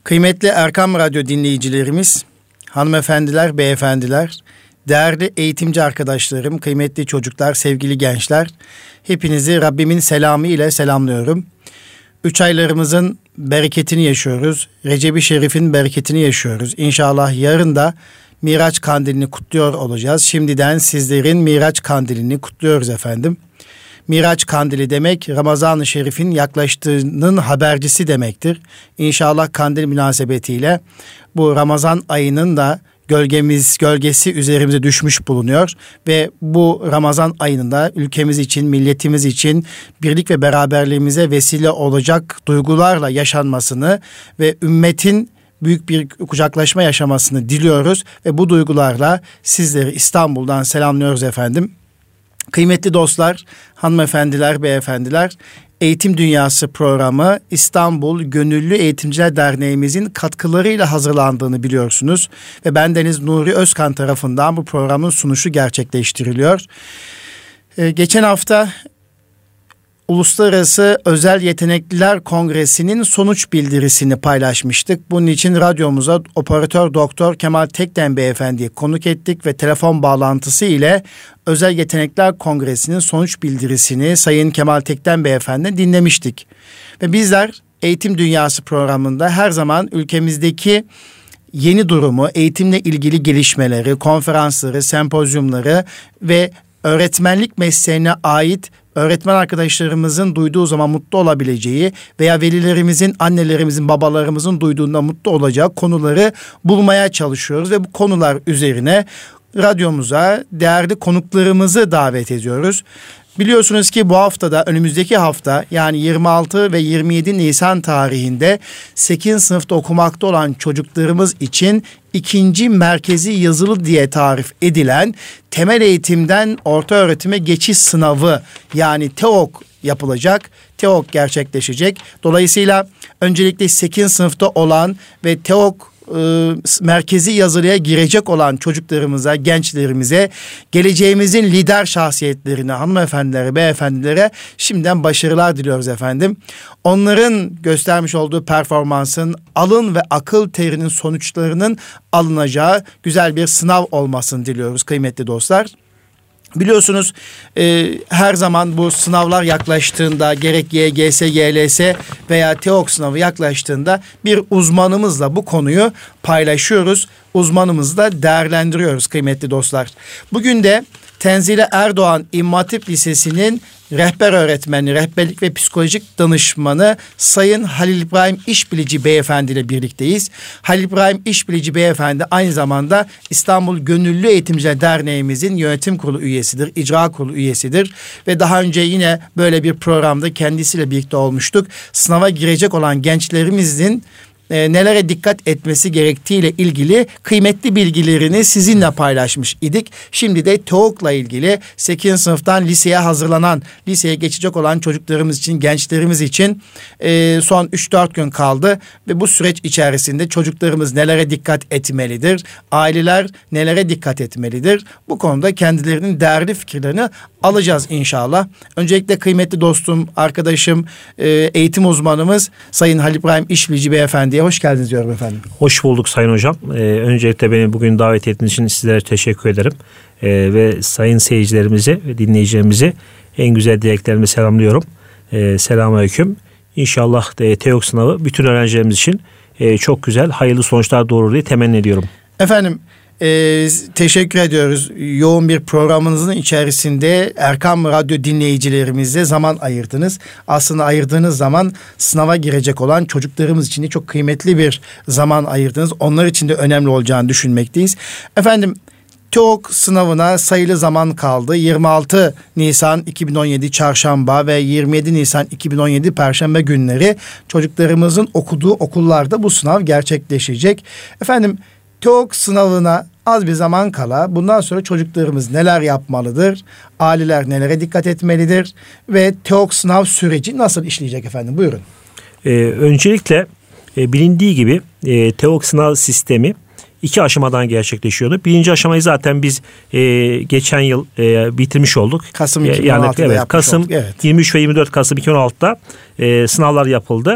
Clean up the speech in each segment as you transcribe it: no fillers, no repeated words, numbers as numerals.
Kıymetli Erkam Radyo dinleyicilerimiz, hanımefendiler, beyefendiler, değerli eğitimci arkadaşlarım, kıymetli çocuklar, sevgili gençler, hepinizi Rabbimin selamı ile selamlıyorum. 3 aylarımızın bereketini yaşıyoruz. Recep-i Şerif'in bereketini yaşıyoruz. İnşallah yarın da Miraç Kandilini kutluyor olacağız. Şimdiden sizlerin Miraç Kandilini kutluyoruz efendim. Miraç Kandili demek Ramazan-ı Şerif'in yaklaştığının habercisi demektir. İnşallah kandil münasebetiyle bu Ramazan ayının da gölgesi üzerimize düşmüş bulunuyor ve bu Ramazan ayının da ülkemiz için, milletimiz için birlik ve beraberliğimize vesile olacak duygularla yaşanmasını ve ümmetin büyük bir kucaklaşma yaşamasını diliyoruz ve bu duygularla sizleri İstanbul'dan selamlıyoruz efendim. Kıymetli dostlar, hanımefendiler, beyefendiler, Eğitim Dünyası programı İstanbul Gönüllü Eğitimciler Derneğimizin katkılarıyla hazırlandığını biliyorsunuz. Ve bendeniz Nuri Özkan tarafından bu programın sunuşu gerçekleştiriliyor. Geçen hafta Uluslararası Özel Yetenekliler Kongresi'nin sonuç bildirisini paylaşmıştık. Bunun için radyomuza Operatör Doktor Kemal Tekden Beyefendi'yi konuk ettik ve telefon bağlantısı ile Özel Yetenekler Kongresi'nin sonuç bildirisini Sayın Kemal Tekden Beyefendi dinlemiştik. Ve bizler Eğitim Dünyası programında her zaman ülkemizdeki yeni durumu, eğitimle ilgili gelişmeleri, konferansları, sempozyumları ve öğretmenlik mesleğine ait öğretmen arkadaşlarımızın duyduğu zaman mutlu olabileceği veya velilerimizin, annelerimizin, babalarımızın duyduğunda mutlu olacağı konuları bulmaya çalışıyoruz ve bu konular üzerine radyomuza değerli konuklarımızı davet ediyoruz. Biliyorsunuz ki bu haftada, önümüzdeki hafta yani 26 ve 27 Nisan tarihinde 8. sınıfta okumakta olan çocuklarımız için ikinci merkezi yazılı diye tarif edilen temel eğitimden orta öğretime geçiş sınavı yani TEOK yapılacak. TEOK gerçekleşecek. Dolayısıyla öncelikle 8. sınıfta olan ve TEOK merkezi yazılıya girecek olan çocuklarımıza, gençlerimize, geleceğimizin lider şahsiyetlerine, hanımefendilere, beyefendilere şimdiden başarılar diliyoruz efendim. Onların göstermiş olduğu performansın alın ve akıl terinin sonuçlarının alınacağı güzel bir sınav olmasını diliyoruz kıymetli dostlar. Biliyorsunuz her zaman bu sınavlar yaklaştığında gerek YGS, YLS veya TEOK sınavı yaklaştığında bir uzmanımızla bu konuyu paylaşıyoruz. Uzmanımızla değerlendiriyoruz kıymetli dostlar. Bugün de Tenzile Erdoğan İmam Hatip Lisesi'nin rehber öğretmeni, rehberlik ve psikolojik danışmanı Sayın Halil İbrahim İşbilici Beyefendi ile birlikteyiz. Halil İbrahim İşbilici Beyefendi aynı zamanda İstanbul Gönüllü Eğitimciler Derneğimizin yönetim kurulu üyesidir, icra kurulu üyesidir. Ve daha önce yine böyle bir programda kendisiyle birlikte olmuştuk. Sınava girecek olan gençlerimizin nelere dikkat etmesi gerektiğiyle ilgili kıymetli bilgilerini sizinle paylaşmış idik. Şimdi de TEOK'la ilgili 8. sınıftan liseye hazırlanan, liseye geçecek olan çocuklarımız için, gençlerimiz için son 3-4 gün kaldı. Ve bu süreç içerisinde çocuklarımız nelere dikkat etmelidir? Aileler nelere dikkat etmelidir? Bu konuda kendilerinin değerli fikirlerini alacağız inşallah. Öncelikle kıymetli dostum, arkadaşım, eğitim uzmanımız Sayın Halil İbrahim İşbilici Beyefendi'ye hoş geldiniz diyorum efendim. Hoş bulduk Sayın Hocam. Öncelikle beni bugün davet ettiğiniz için sizlere teşekkür ederim. Ve sayın seyircilerimizi ve dinleyicilerimizi en güzel dileklerimi selamlıyorum. Selamünaleyküm. İnşallah TEOK sınavı bütün öğrencilerimiz için çok güzel, hayırlı sonuçlar doğurur diye temenni ediyorum. Efendim, teşekkür ediyoruz. Yoğun bir programınızın içerisinde Erkam Radyo dinleyicilerimize zaman ayırdınız. Aslında ayırdığınız zaman sınava girecek olan çocuklarımız için de çok kıymetli bir zaman ayırdınız. Onlar için de önemli olacağını düşünmekteyiz. Efendim, TEOK sınavına sayılı zaman kaldı. 26 Nisan 2017 Çarşamba ve 27 Nisan 2017 Perşembe günleri çocuklarımızın okuduğu okullarda bu sınav gerçekleşecek. Efendim, TEOK sınavına az bir zaman kala bundan sonra çocuklarımız neler yapmalıdır? Aileler nelere dikkat etmelidir? Ve TEOK sınav süreci nasıl işleyecek efendim? Buyurun. Öncelikle bilindiği gibi TEOK sınav sistemi 2 aşamadan gerçekleşiyordu. Birinci aşamayı zaten biz geçen yıl bitirmiş olduk. Kasım 2016'da Kasım olduk. Evet. 23 ve 24 Kasım 2016'da sınavlar yapıldı.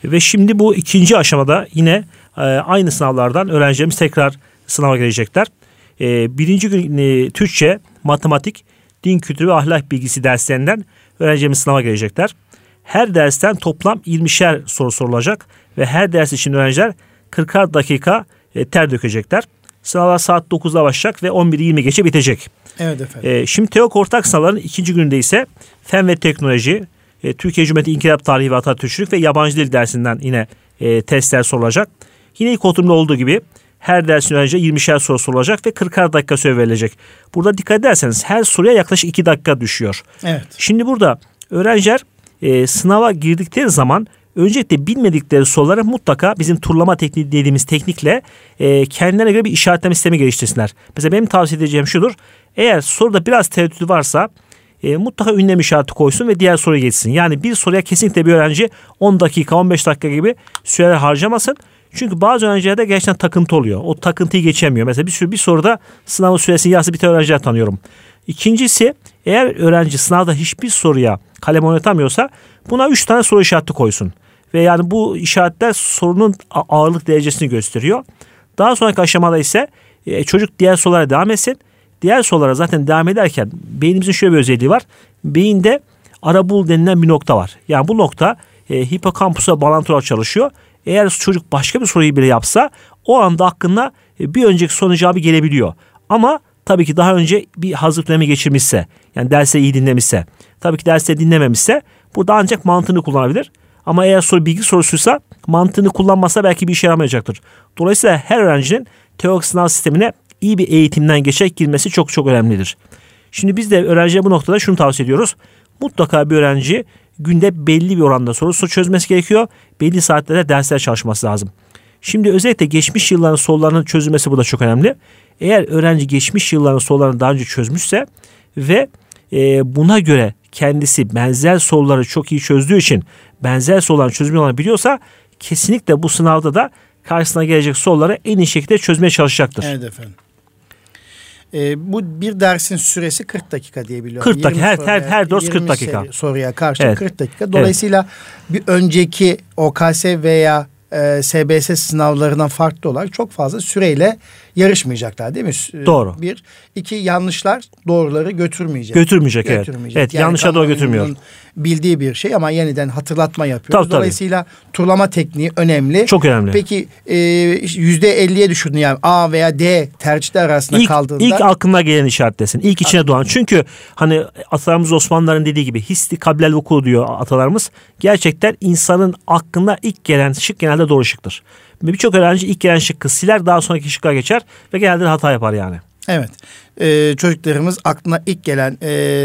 Ve şimdi bu ikinci aşamada yine aynı sınavlardan öğrencilerimiz tekrar sınava girecekler. Birinci gün Türkçe, matematik, din kültürü ve ahlak bilgisi derslerinden öğrencilerimiz sınava girecekler. Her dersten toplam 20'şer soru sorulacak ve her ders için öğrenciler 40'ar dakika ter dökecekler. Sınavlar saat 9'da başlayacak ve 11:20 geçe bitecek. Evet efendim. Şimdi TEOK ortak sınavların ikinci gününde ise fen ve teknoloji, Türkiye Cumhuriyeti İnkılap Tarihi ve Atatürkçülük ve yabancı dil dersinden yine testler sorulacak. Yine ilk oturumda olduğu gibi her dersin önce 20'şer soru sorulacak ve 40'ar dakika süre verilecek. Burada dikkat ederseniz her soruya yaklaşık 2 dakika düşüyor. Evet. Şimdi burada öğrenciler sınava girdikleri zaman öncelikle bilmedikleri soruları mutlaka bizim turlama tekniği dediğimiz teknikle kendilerine göre bir işaretleme sistemi geliştirsinler. Mesela benim tavsiye edeceğim şudur. Eğer soruda biraz tereddütü varsa mutlaka ünlem işareti koysun ve diğer soruya geçsin. Yani bir soruya kesinlikle bir öğrenci 10 dakika 15 dakika gibi süreler harcamasın. Çünkü bazı öğrencilerde gerçekten takıntı oluyor. O takıntıyı geçemiyor. Mesela bir soruda sınavın süresini yazı biten öğrenciler tanıyorum. İkincisi, eğer öğrenci sınavda hiçbir soruya kalem oynatamıyorsa buna 3 tane soru işareti koysun. Ve yani bu işaretler sorunun ağırlık derecesini gösteriyor. Daha sonraki aşamada ise çocuk diğer sorulara devam etsin. Diğer sorulara zaten devam ederken beynimizin şöyle bir özelliği var. Beyinde arabul denilen bir nokta var. Yani bu nokta hipokampusa bağlantı olarak çalışıyor. Eğer çocuk başka bir soruyu bile yapsa o anda aklına bir önceki sorunun cevabı gelebiliyor. Ama tabii ki daha önce bir hazırlık dönemi geçirmişse, yani dersi iyi dinlemişse, tabii ki dersi dinlememişse burada ancak mantığını kullanabilir. Ama eğer soru bilgi sorusuysa mantığını kullanmazsa belki bir işe yaramayacaktır. Dolayısıyla her öğrencinin TEOK sınav sistemine iyi bir eğitimden geçerek girmesi çok çok önemlidir. Şimdi biz de öğrenciye bu noktada şunu tavsiye ediyoruz. Mutlaka bir öğrenci günde belli bir oranda soru çözmesi gerekiyor. Belli saatlerde dersler çalışması lazım. Şimdi özellikle geçmiş yılların sorularının çözülmesi burada çok önemli. Eğer öğrenci geçmiş yılların sorularını daha önce çözmüşse ve buna göre kendisi benzer soruları çok iyi çözdüğü için benzer soruların çözümü olanı biliyorsa kesinlikle bu sınavda da karşısına gelecek soruları en iyi şekilde çözmeye çalışacaktır. Evet efendim. Bu bir dersin süresi 40 dakika diye biliyorum. 40 dakika. Her ders 40 dakika. Soruya karşı Evet. 40 dakika. Dolayısıyla bir önceki OKS veya SBS sınavlarından farklı olarak çok fazla süreyle yarışmayacaklar değil mi? Doğru. Bir. İki, yanlışlar doğruları götürmeyecek. Götürmeyecek. Evet, yani yanlışa doğru götürmüyor. Bildiği bir şey ama yeniden hatırlatma yapıyoruz. Tabii. Dolayısıyla turlama tekniği önemli. Çok önemli. Peki %50'ye düşürdün, yani A veya D tercihler arasında kaldığında. İlk aklına gelen işaretlesin. İlk içine doğan. Çünkü hani atalarımız Osmanlıların dediği gibi histi kablel vuku diyor atalarımız. Gerçekten insanın aklına ilk gelen şık genelde doğru şıktır. Birçok öğrenci ilk gelen şıkkı siler, daha sonraki şıkka geçer ve genelde hata yapar yani. Evet. Çocuklarımız aklına ilk gelen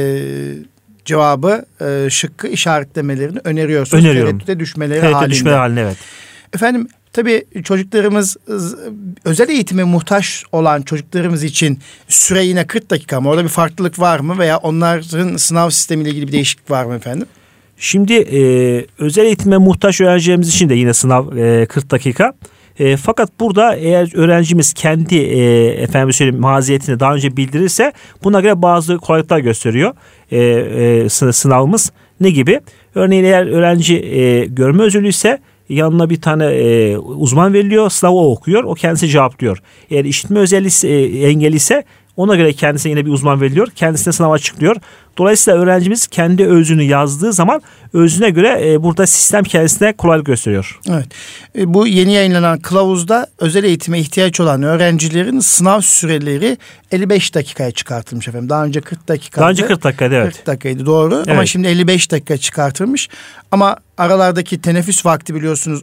cevabı şıkkı işaretlemelerini öneriyorsunuz. Öneriyorum. Tereddüte düşmeleri halinde. Evet. Efendim, tabii çocuklarımız, özel eğitime muhtaç olan çocuklarımız için süre yine 40 dakika mı? Orada bir farklılık var mı? Veya onların sınav sistemiyle ilgili bir değişiklik var mı efendim? Şimdi özel eğitime muhtaç öğrencilerimiz için de yine sınav 40 dakika. Fakat burada eğer öğrencimiz kendi maziyetini daha önce bildirirse buna göre bazı kolaylıklar gösteriyor sınavımız. Ne gibi? Örneğin eğer öğrenci görme özürlüyse yanına bir tane uzman veriliyor, sınavı o okuyor, o kendisi cevaplıyor. Eğer işitme engelli ise ona göre kendisine yine bir uzman veriliyor, kendisine sınav açıklıyor. Dolayısıyla öğrencimiz kendi özünü yazdığı zaman özüne göre burada sistem kendisine kolaylık gösteriyor. Evet. Bu yeni yayınlanan kılavuzda özel eğitime ihtiyaç olan öğrencilerin sınav süreleri 55 dakikaya çıkartılmış efendim. Daha önce 40 dakikaydı. Daha önce 40 dakikaydı, evet. 40 dakikaydı, doğru. Evet. Ama şimdi 55 dakika çıkartılmış. Ama aralardaki teneffüs vakti biliyorsunuz,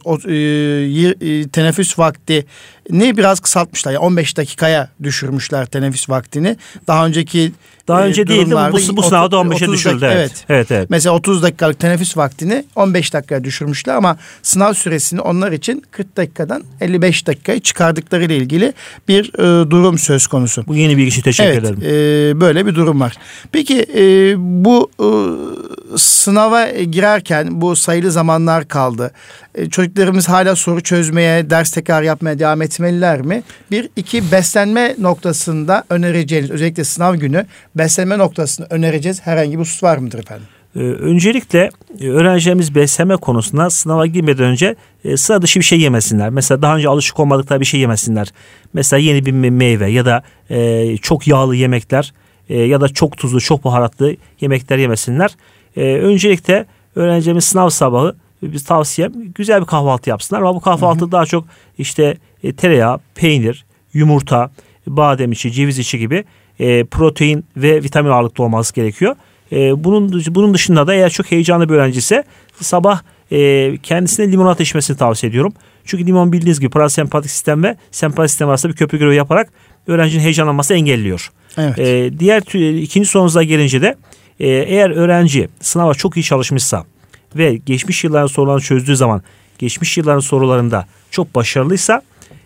teneffüs vakti ne biraz kısaltmışlar. Yani 15 dakikaya düşürmüşler teneffüs vaktini. Daha önce değildi. Bu sınavda 15'e düşürdü. Evet. Mesela 30 dakikalık teneffüs vaktini 15 dakikaya düşürmüşler ama sınav süresini onlar için 40 dakikadan 55 dakikaya çıkardıkları ile ilgili bir durum söz konusu. Bu yeni bilgi için teşekkür ederim. Böyle bir durum var. Peki bu sınava girerken bu sayılı zamanlar kaldı. Çocuklarımız hala soru çözmeye, ders tekrar yapmaya devam etmeliler mi? Bir, iki, beslenme noktasında önereceğiniz, özellikle sınav günü beslenme noktasında önereceğiz herhangi bir husus var mıdır efendim? Öncelikle öğrencilerimiz beslenme konusunda sınava girmeden önce sıra dışı bir şey yemesinler. Mesela daha önce alışık olmadıkları bir şey yemesinler. Mesela yeni bir meyve ya da çok yağlı yemekler ya da çok tuzlu, çok baharatlı yemekler yemesinler. Öncelikle öğrencilerimiz sınav sabahı biz tavsiyem güzel bir kahvaltı yapsınlar. Ama bu kahvaltı daha çok işte tereyağı, peynir, yumurta, badem içi, ceviz içi gibi protein ve vitamin ağırlıklı olması gerekiyor. Bunun dışında da eğer çok heyecanlı bir öğrenci ise sabah kendisine limonata içmesini tavsiye ediyorum. Çünkü limon bildiğiniz gibi parasempatik sistem ve sempatik sistem arasında bir köprü görevi yaparak öğrencinin heyecanlanmasını engelliyor. Evet. İkinci sorunuza gelince de eğer öğrenci sınava çok iyi çalışmışsa ve geçmiş yılların sorularını çözdüğü zaman geçmiş yılların sorularında çok başarılıysa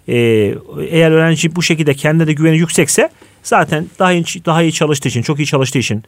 eğer öğrenci bu şekilde kendine de güveni yüksekse zaten daha iyi çalıştığı için, çok iyi çalıştığı için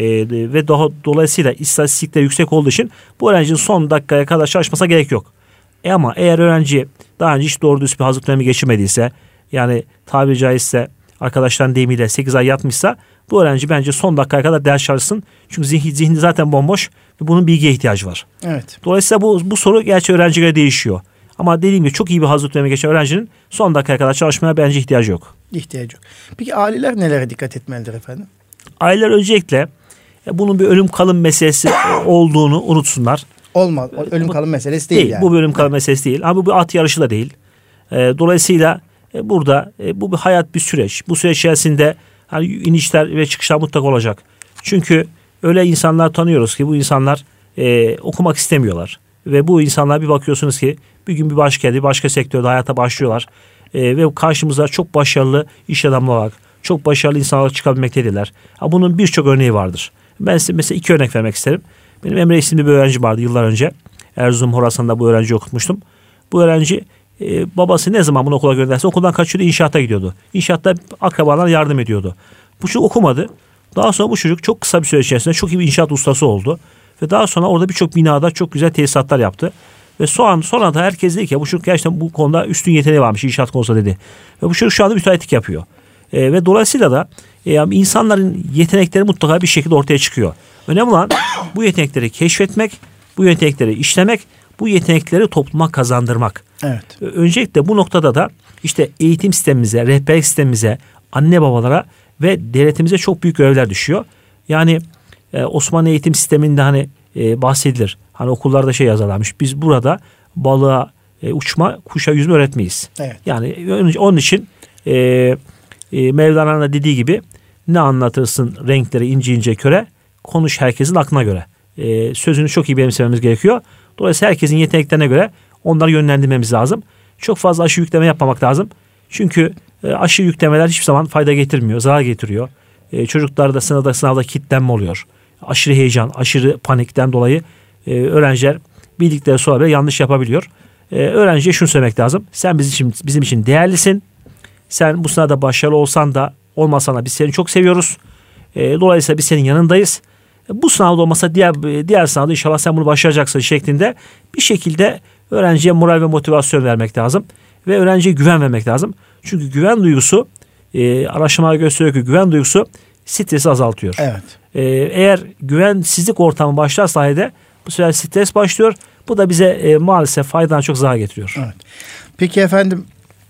ve dolayısıyla istatistikleri yüksek olduğu için bu öğrencinin son dakikaya kadar çalışmasına gerek yok. Ama eğer öğrenci daha önce hiç doğru düz bir hazırlık dönemi geçirmediyse, yani tabiri caizse arkadaşların deyimiyle 8 ay yatmışsa, bu öğrenci bence son dakikaya kadar ders çalışsın. Çünkü zihni zaten bomboş ve bunun bilgiye ihtiyacı var. Evet. Dolayısıyla bu soru gerçi öğrenciye göre değişiyor. Ama dediğim gibi çok iyi bir hazırlık dönemi geçen öğrencinin son dakikaya kadar çalışmaya bence ihtiyacı yok. İhtiyacı yok. Peki aileler nelere dikkat etmelidir efendim? Aileler öncelikle bunun bir ölüm kalım meselesi olduğunu unutsunlar. Olmaz. Ölüm kalım meselesi değil yani. Bu bir ölüm kalım meselesi değil. Ama bu bir at yarışı da değil. Dolayısıyla burada bu bir hayat, bir süreç. Bu süreç içerisinde hani inişler ve çıkışlar mutlaka olacak. Çünkü öyle insanlar tanıyoruz ki bu insanlar okumak istemiyorlar. Ve bu insanlar bir bakıyorsunuz ki bir gün bir başka yerde, bir başka sektörde hayata başlıyorlar. Ve karşımıza çok başarılı iş adamları olarak, çok başarılı insanlar çıkabilmektedirler. Bunun birçok örneği vardır. Ben size mesela 2 örnek vermek isterim. Benim Emre isimli bir öğrencim vardı yıllar önce. Erzurum Horasan'da bu öğrenciyi okutmuştum. Bu öğrenci babası ne zaman bunu okula gönderse okuldan kaçıyordu, inşaata gidiyordu. İnşaatta akrabalar yardım ediyordu. Bu çocuk okumadı. Daha sonra bu çocuk çok kısa bir süre içerisinde çok iyi bir inşaat ustası oldu. Ve daha sonra orada birçok binada çok güzel tesisatlar yaptı. Ve sonra da herkes dedi ki bu çocuk gerçekten bu konuda üstün yeteneği varmış inşaat konusunda dedi. Ve bu çocuk şu anda müteahhitlik yapıyor. Ve dolayısıyla da insanların yetenekleri mutlaka bir şekilde ortaya çıkıyor. Önemli olan bu yetenekleri keşfetmek, bu yetenekleri işlemek, bu yetenekleri topluma kazandırmak. Evet. Öncelikle bu noktada da işte eğitim sistemimize, rehberlik sistemimize, anne babalara ve devletimize çok büyük görevler düşüyor. Yani Osmanlı eğitim sisteminde hani bahsedilir. Hani okullarda şey yazarlarmış. Biz burada balığa uçma, kuşa yüzme öğretmeyiz. Evet. Yani onun için Mevlana'nın dediği gibi ne anlatırsın renkleri ince ince köre, konuş herkesin aklına göre. Sözünü çok iyi benimsememiz gerekiyor. Dolayısıyla herkesin yeteneklerine göre onları yönlendirmemiz lazım. Çok fazla aşırı yükleme yapmamak lazım. Çünkü aşırı yüklemeler hiçbir zaman fayda getirmiyor, zarar getiriyor. Çocuklarda sınavda kilitlenme oluyor. Aşırı heyecan, aşırı panikten dolayı öğrenciler bildikleri soruları bile yanlış yapabiliyor. Öğrenciye şunu söylemek lazım. Sen bizim için değerlisin. Sen bu sınavda başarılı olsan da olmasan da biz seni çok seviyoruz. Dolayısıyla biz senin yanındayız. Bu sınavda olmasa diğer sınavda inşallah sen bunu başaracaksın şeklinde bir şekilde öğrenciye moral ve motivasyon vermek lazım. Ve öğrenciye güven vermek lazım. Çünkü güven duygusu araştırmalar gösteriyor ki güven duygusu stresi azaltıyor. Evet. Eğer güvensizlik ortamı başlarsa bu sefer stres başlıyor. Bu da bize maalesef faydadan çok zarar getiriyor. Evet. Peki efendim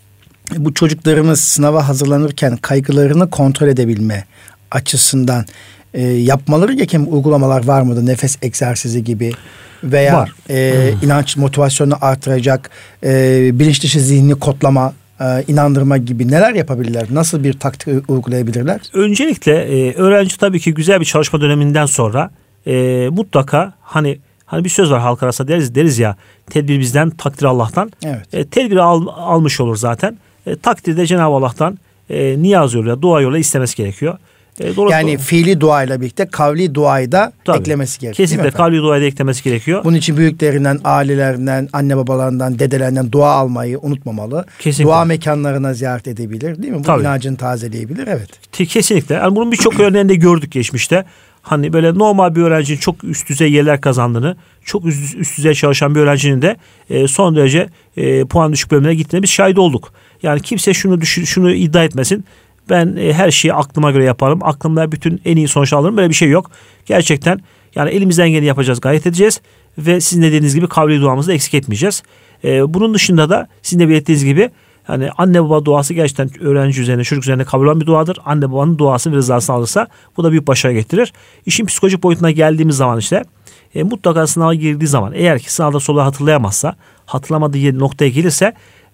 bu çocuklarımız sınava hazırlanırken kaygılarını kontrol edebilme açısından yapmaları gereken uygulamalar var mıdır? Nefes egzersizi gibi veya inanç motivasyonunu artıracak bilinç dışı zihni kodlama, inandırma gibi neler yapabilirler? Nasıl bir taktik uygulayabilirler? Öncelikle öğrenci tabii ki güzel bir çalışma döneminden sonra mutlaka hani bir söz var halk arasında deriz ya, tedbir bizden, takdir Allah'tan. Evet. Tedbiri almış olur zaten. Takdir de Cenab-ı Allah'tan niyaz yoluyla, dua yoluyla istemesi gerekiyor. Yani fiili duayla birlikte kavli duayı da eklemesi gerekiyor. Kesinlikle kavli duayı da eklemesi gerekiyor. Bunun için büyüklerinden, ailelerinden, anne babalarından, dedelerinden dua almayı unutmamalı. Kesinlikle. Dua mekanlarına ziyaret edebilir, değil mi? Bu inancını tazeleyebilir, evet. Kesinlikle. Yani bunun birçok örneğini de gördük geçmişte. Hani böyle normal bir öğrencinin çok üst düzey yerler kazandığını, çok üst düzey çalışan bir öğrencinin de son derece puan düşük bölümlere gittiğine biz şahit olduk. Yani kimse şunu iddia etmesin. Ben her şeyi aklıma göre yaparım. Aklımda bütün en iyi sonuç alırım. Böyle bir şey yok. Gerçekten Yani elimizden geleni yapacağız, gayret edeceğiz ve sizin dediğiniz gibi kavli duamızı da eksik etmeyeceğiz. Bunun dışında da sizin de belirttiğiniz gibi yani anne baba duası gerçekten öğrenci üzerine, çocuk üzerine kabul olan bir duadır. Anne babanın duası ve rızasını alırsa bu da büyük başarı getirir. İşin psikolojik boyutuna geldiğimiz zaman işte mutlaka sınava girdiği zaman eğer ki sınavda soruları hatırlayamazsa, hatırlamadığı noktaya gelirse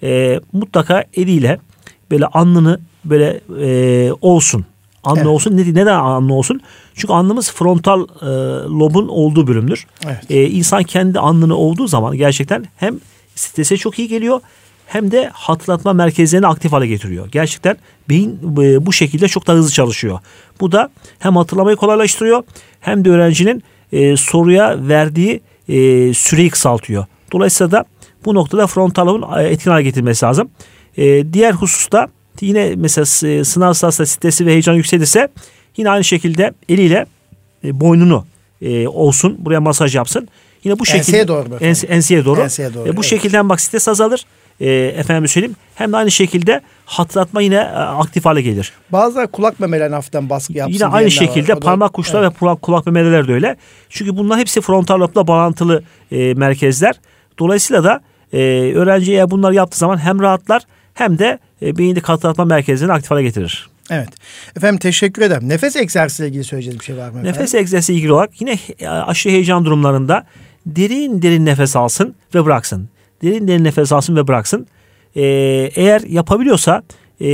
mutlaka eliyle böyle alnını böyle olsun. Alnı olsun. Neden alnı olsun? Çünkü alnımız frontal lobun olduğu bölümdür. Evet. İnsan kendi alnını olduğu zaman gerçekten hem strese çok iyi geliyor hem de hatırlatma merkezlerini aktif hale getiriyor. Gerçekten beyin bu şekilde çok daha hızlı çalışıyor. Bu da hem hatırlamayı kolaylaştırıyor hem de öğrencinin soruya verdiği süreyi kısaltıyor. Dolayısıyla da bu noktada frontal lobun etkin hale getirmesi lazım. Diğer hususta yine mesela sınav sırasında stresi ve heyecan yükselirse yine aynı şekilde eliyle boynunu olsun buraya masaj yapsın. Yine bu şekilde enseye doğru. Enseye doğru. Bu evet. Şekilde bak stres azalır. Efendim söyleyeyim. Hem de aynı şekilde hatırlatma yine aktif hale gelir. Bazıları kulak memelerini hafiften baskı yapsın. Yine aynı şekilde parmak uçları ve kulak memeleri de öyle. Çünkü bunlar hepsi frontal lobla bağlantılı merkezler. Dolayısıyla da öğrenciye bunlar yaptığı zaman hem rahatlar hem de beyindeki hatırlatma merkezlerini aktif hale getirir. Evet. Efendim teşekkür ederim. Nefes egzersiziyle ilgili söyleyeceğiniz bir şey var mı efendim? Nefes egzersiziyle ilgili olarak yine aşırı heyecan durumlarında derin nefes alsın ve bıraksın. Derin nefes alsın ve bıraksın. Eğer yapabiliyorsa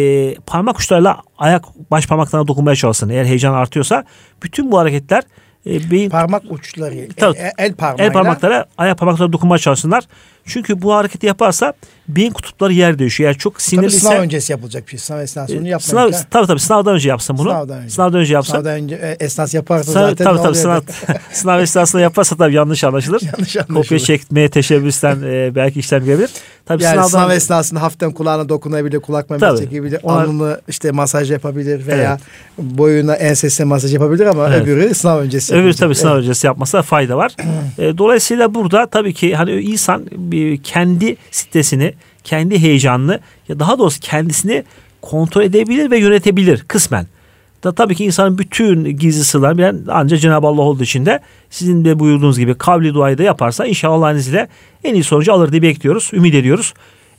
parmak uçlarıyla baş parmaklarına dokunmaya çalışsın. Eğer heyecan artıyorsa bütün bu hareketler beyin parmak uçları, el parmaklara, ayak parmaklarına dokunmaya çalışsınlar. Çünkü bu hareketi yaparsa beyin kutupları yer değişiyor. Eğer çok sinirliyse sınav öncesi yapılacak bir şey. Sınav esnasında yapmayın. Tabii sınavdan önce yapsın bunu. Sınavdan önce yapsın. Sınavdan önce esnas yaparsa zaten tabii sınav esnasında yaparsa tabii yanlış anlaşılır. Kopya çekmeye teşebbüsten belki işlem görebilir. Tabii yani sınav esnasında hafiften kulağına dokunabilir, kulak memesi çekebilir, alnını işte masaj yapabilir veya boyuna, ensesine masaj yapabilir ama öbürü sınav öncesi. Öbürü tabii sınav öncesi yapmasa fayda var. Dolayısıyla burada tabii ki hani insan kendi stresini, kendi heyecanını ya daha doğrusu kendisini kontrol edebilir ve yönetebilir kısmen. Tabii ki insanın bütün gizli sırlarını bilen ancak Cenab-ı Allah olduğu için de sizin de buyurduğunuz gibi kavli duayı da yaparsa inşallah Allah'ın izniyle en iyi sonucu alır diye bekliyoruz, ümit ediyoruz.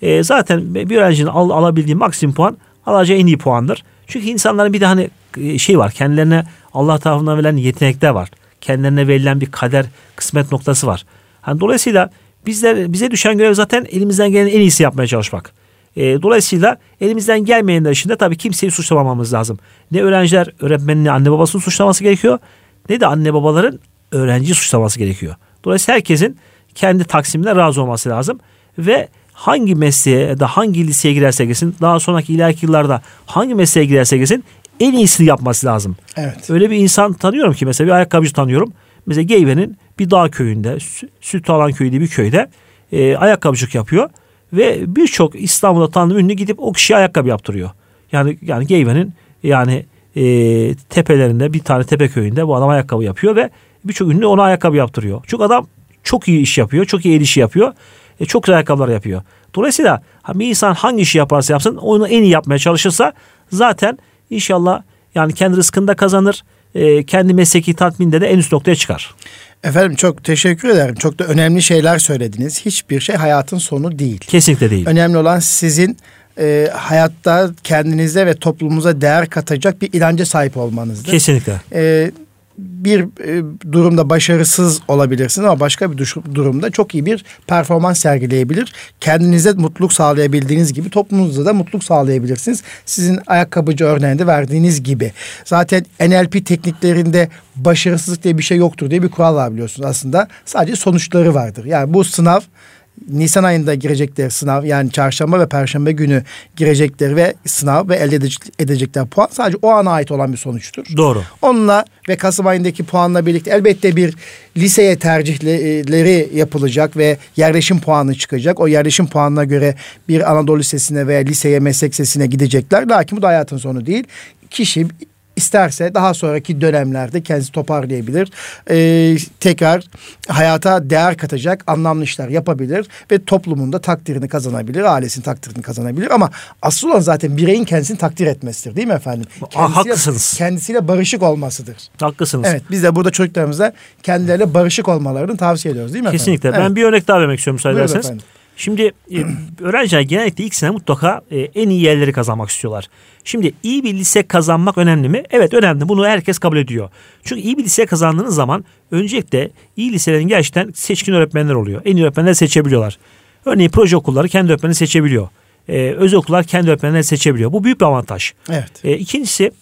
Zaten bir öğrencinin alabildiği maksimum puan alacağı en iyi puandır. Çünkü insanların bir de hani var, kendilerine Allah tarafından verilen yetenekler var. Kendilerine verilen bir kader, kısmet noktası var. Hani dolayısıyla bize düşen görev zaten elimizden gelen en iyisi yapmaya çalışmak. Dolayısıyla elimizden gelmeyenler için de tabii kimseyi suçlamamamız lazım. Ne öğrenciler öğretmenin anne babasını suçlaması gerekiyor ne de anne babaların öğrenciyi suçlaması gerekiyor. Dolayısıyla herkesin kendi taksimine razı olması lazım ve hangi mesleğe ya da hangi liseye girerse girsin, daha sonraki ileriki yıllarda hangi mesleğe girerse girsin en iyisini yapması lazım. Evet. Öyle bir insan tanıyorum ki mesela bir ayakkabıcı tanıyorum. Mesela Geyve'nin bir dağ köyünde, Sütalan köyü diye bir köyde ayakkabıcılık yapıyor. Ve birçok İstanbul'da tanıdığım ünlü gidip o kişiye ayakkabı yaptırıyor. Yani Geyve'nin tepelerinde bir tane tepe köyünde bu adam ayakkabı yapıyor ve birçok ünlü ona ayakkabı yaptırıyor. Çünkü adam çok iyi iş yapıyor, çok iyi el işi yapıyor. Çok güzel ayakkabılar yapıyor. Dolayısıyla bir insan hangi işi yaparsa yapsın onu en iyi yapmaya çalışırsa zaten inşallah yani kendi rızkını kazanır. Kendi mesleki tatminde de en üst noktaya çıkar. Efendim çok teşekkür ederim. Çok da önemli şeyler söylediniz. Hiçbir şey hayatın sonu değil. Kesinlikle değil. Önemli olan sizin hayatta kendinize ve toplumuza değer katacak bir inanca sahip olmanızdır. Kesinlikle. Bir durumda başarısız olabilirsiniz ama başka bir durumda çok iyi bir performans sergileyebilir. Kendinize mutluluk sağlayabildiğiniz gibi toplumunuza da mutluluk sağlayabilirsiniz. Sizin ayakkabıcı örneğinde verdiğiniz gibi. Zaten NLP tekniklerinde başarısızlık diye bir şey yoktur diye bir kural var biliyorsunuz aslında. Sadece sonuçları vardır. Yani bu sınav Nisan ayında girecekleri sınav yani çarşamba ve perşembe günü girecekleri ve sınav ve elde edecekler puan sadece o ana ait olan bir sonuçtur. Doğru. Onunla ve Kasım ayındaki puanla birlikte elbette bir liseye tercihleri yapılacak ve yerleşim puanı çıkacak. O yerleşim puanına göre bir Anadolu Lisesi'ne veya liseye, meslek lisesine gidecekler. Lakin bu da hayatın sonu değil. Kişi isterse daha sonraki dönemlerde kendisi toparlayabilir. Tekrar hayata değer katacak anlamlı işler yapabilir ve toplumun da takdirini kazanabilir, ailesinin takdirini kazanabilir. Ama asıl olan zaten bireyin kendisini takdir etmesidir, değil mi efendim? Haklısınız. Kendisiyle barışık olmasıdır. Haklısınız. Evet, biz de burada çocuklarımıza kendileriyle barışık olmalarını tavsiye ediyoruz, değil mi efendim? Kesinlikle. Ben bir örnek daha vermek istiyorum müsaade Buyurun ederseniz. efendim. Şimdi öğrenciler genellikle ilk sene mutlaka en iyi yerleri kazanmak istiyorlar. Şimdi iyi bir lise kazanmak önemli mi? Evet, önemli. Bunu herkes kabul ediyor. Çünkü iyi bir lise kazandığınız zaman öncelikle iyi liselerin gerçekten seçkin öğretmenler oluyor. En iyi öğretmenleri seçebiliyorlar. Örneğin proje okulları kendi öğretmenini seçebiliyor. Özel okullar kendi öğretmenleri seçebiliyor. Bu büyük bir avantaj. Evet. İkincisi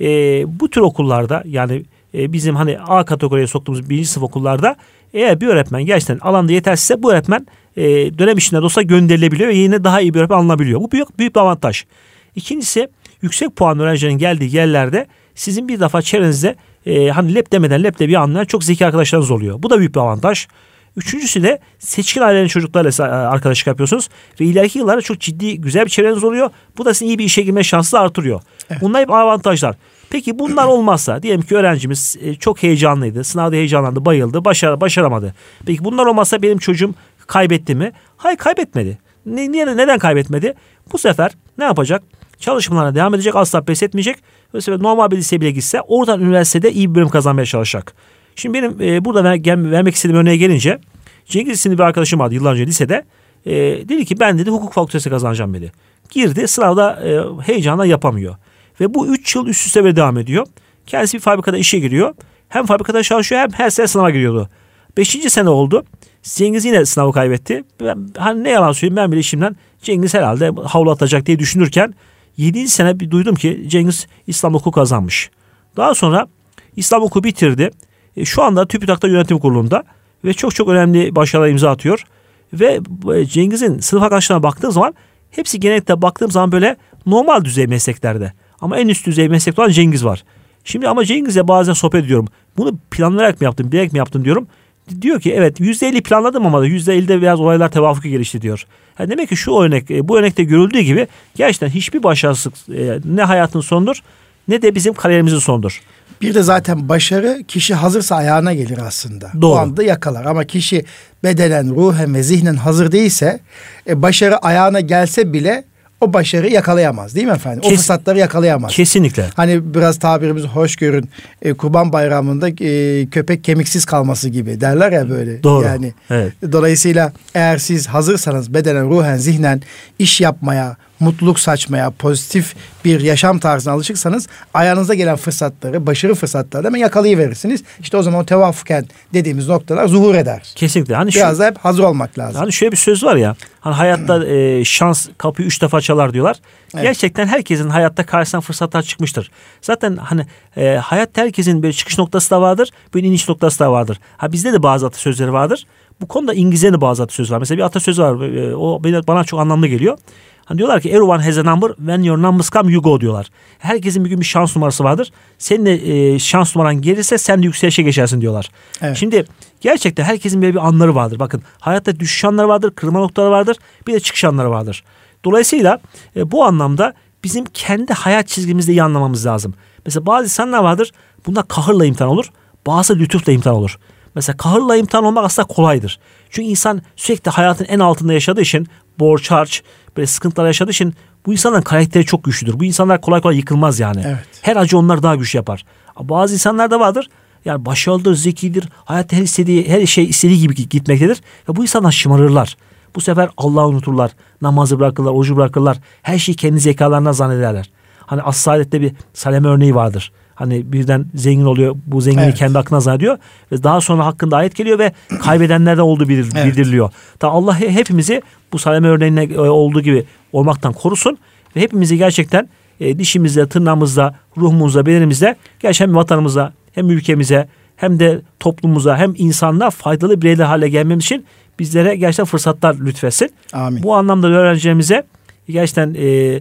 bu tür okullarda yani bizim hani A kategoriye soktuğumuz birinci sınıf okullarda eğer bir öğretmen gerçekten alanda yetersizse bu öğretmen dönem içinde de olsa gönderilebiliyor ve yine daha iyi bir öğretmen alınabiliyor. Bu büyük bir avantaj. İkincisi yüksek puan öğrencilerin geldiği yerlerde sizin bir defa çevrenizde hani lep demeden lep de bir anlayan çok zeki arkadaşlarınız oluyor. Bu da büyük bir avantaj. Üçüncüsü de seçkin ailenin çocuklarla arkadaşlık yapıyorsunuz ve ileriki yıllarda çok ciddi güzel bir çevreniz oluyor. Bu da sizin iyi bir işe girme şansını artırıyor. Evet. Bunlar hep avantajlar. Peki bunlar olmazsa diyelim ki öğrencimiz çok heyecanlıydı. Sınavda heyecanlandı, bayıldı, başaramadı. Peki bunlar olmazsa benim çocuğum kaybetti mi? Hayır, kaybetmedi. Neden kaybetmedi? Bu sefer ne yapacak? Çalışmalarına devam edecek, asla pes etmeyecek. Mesela normal bir liseye bile gitse oradan üniversitede iyi bir bölüm kazanmaya çalışacak. Şimdi benim burada vermek istediğim örneğe gelince Cengiz isimli bir arkadaşım vardı yıllar önce lisede. Dedi ki ben dedi hukuk fakültesi kazanacağım dedi. Girdi, sınavda heyecanla yapamıyor. Ve bu 3 yıl üst üste böyle devam ediyor. Kendisi bir fabrikada işe giriyor. Hem fabrikada çalışıyor hem her sene sınava giriyordu. 5. sene oldu. Cengiz yine sınavı kaybetti. Hani ne yalan söyleyeyim, ben bile işimden Cengiz herhalde havlu atacak diye düşünürken 7. sene bir duydum ki Cengiz İslam hukuku kazanmış. Daha sonra İslam hukuku bitirdi. Şu anda TÜBİTAK'ta yönetim kurulunda ve çok önemli başarılar imza atıyor. Ve Cengiz'in sınıf arkadaşlarına baktığım zaman hepsi genellikle baktığım zaman böyle normal düzey mesleklerde. Ama en üst düzey meslekte olan Cengiz var. Şimdi ama Cengiz'le bazen sohbet ediyorum. Bunu planlayarak mı yaptın, bilerek mi yaptın diyorum. Diyor ki evet %50 planladım ama da %50'de biraz olaylar tevafuki gelişti diyor. Yani demek ki bu örnekte görüldüğü gibi gerçekten hiçbir başarısızlık ne hayatın sonudur ne de bizim kariyerimizin sonudur. Bir de zaten başarı kişi hazırsa ayağına gelir aslında. Doğru. O anda yakalar. Ama kişi bedenen, ruhen ve zihnen hazır değilse başarı ayağına gelse bile o başarıyı yakalayamaz, değil mi efendim? O fırsatları yakalayamaz. Kesinlikle. Hani biraz tabirimizi hoş görün. Kurban Bayramı'nda köpek kemiksiz kalması gibi derler ya böyle. Doğru. Yani evet. Dolayısıyla eğer siz hazırsanız bedenen, ruhen, zihnen iş yapmaya, mutluluk saçmaya, pozitif bir yaşam tarzına alışırsanız ayağınıza gelen fırsatları, başarı fırsatları hemen yakalayıverirsiniz. İşte o zaman o tevafuken dediğimiz noktalar zuhur eder. Kesinlikle. Hani biraz da hep hazır olmak lazım. Hani şöyle bir söz var ya, hani hayatta şans kapıyı 3 defa çalar diyorlar. Evet. Gerçekten herkesin hayatta karşısına fırsatlar çıkmıştır. Zaten hani hayatta herkesin bir çıkış noktası da vardır, bir iniş noktası da vardır. Bizde de bazı atasözleri vardır. Bu konuda İngilizce'de bazı atasözü var. Mesela bir atasözü var. O bana çok anlamlı geliyor. Hani diyorlar ki everyone has a number, when your numbers come you go diyorlar. Herkesin bir gün bir şans numarası vardır. Senin de şans numaran gelirse sen de yükselişe geçersin diyorlar. Evet. Şimdi gerçekten herkesin böyle bir anları vardır. Bakın hayatta düşüş anları vardır, kırılma noktaları vardır, bir de çıkış anları vardır. Dolayısıyla bu anlamda bizim kendi hayat çizgimizde iyi anlamamız lazım. Mesela bazı insanlar vardır, bunlar kahırla imtihan olur, bazı lütufla imtihan olur. Mesela kahırla imtihan olmak aslında kolaydır. Çünkü insan sürekli hayatın en altında yaşadığı için, borç harç, böyle sıkıntılar yaşadığı için bu insanların karakteri çok güçlüdür. Bu insanlar kolay kolay yıkılmaz yani. Evet. Her acı onları daha güçlü yapar. Bazı insanlar da vardır. Yani başarılıdır, zekidir, hayatta her şey istediği gibi gitmektedir. Ve bu insanlar şımarırlar. Bu sefer Allah'ı unuturlar, namazı bırakırlar, orucu bırakırlar. Her şeyi kendi zekalarına zannederler. Hani As-Saadet'te bir Saleme örneği vardır. Hani birden zengin oluyor, bu zenginliği kendi hakkına zannediyor ve daha sonra hakkında ayet geliyor ve kaybedenlerden olduğu bildiriliyor. Allah hepimizi bu Saleme örneğine olduğu gibi olmaktan korusun ve hepimizi gerçekten dişimizle, tırnağımızla, ruhumuzla, bedenimizle gerçekten hem vatanımıza, hem ülkemize, hem de toplumumuza, hem insanlığa faydalı bireyler hale gelmemiz için bizlere gerçekten fırsatlar lütfetsin. Amin. Bu anlamda öğrencilerimize gerçekten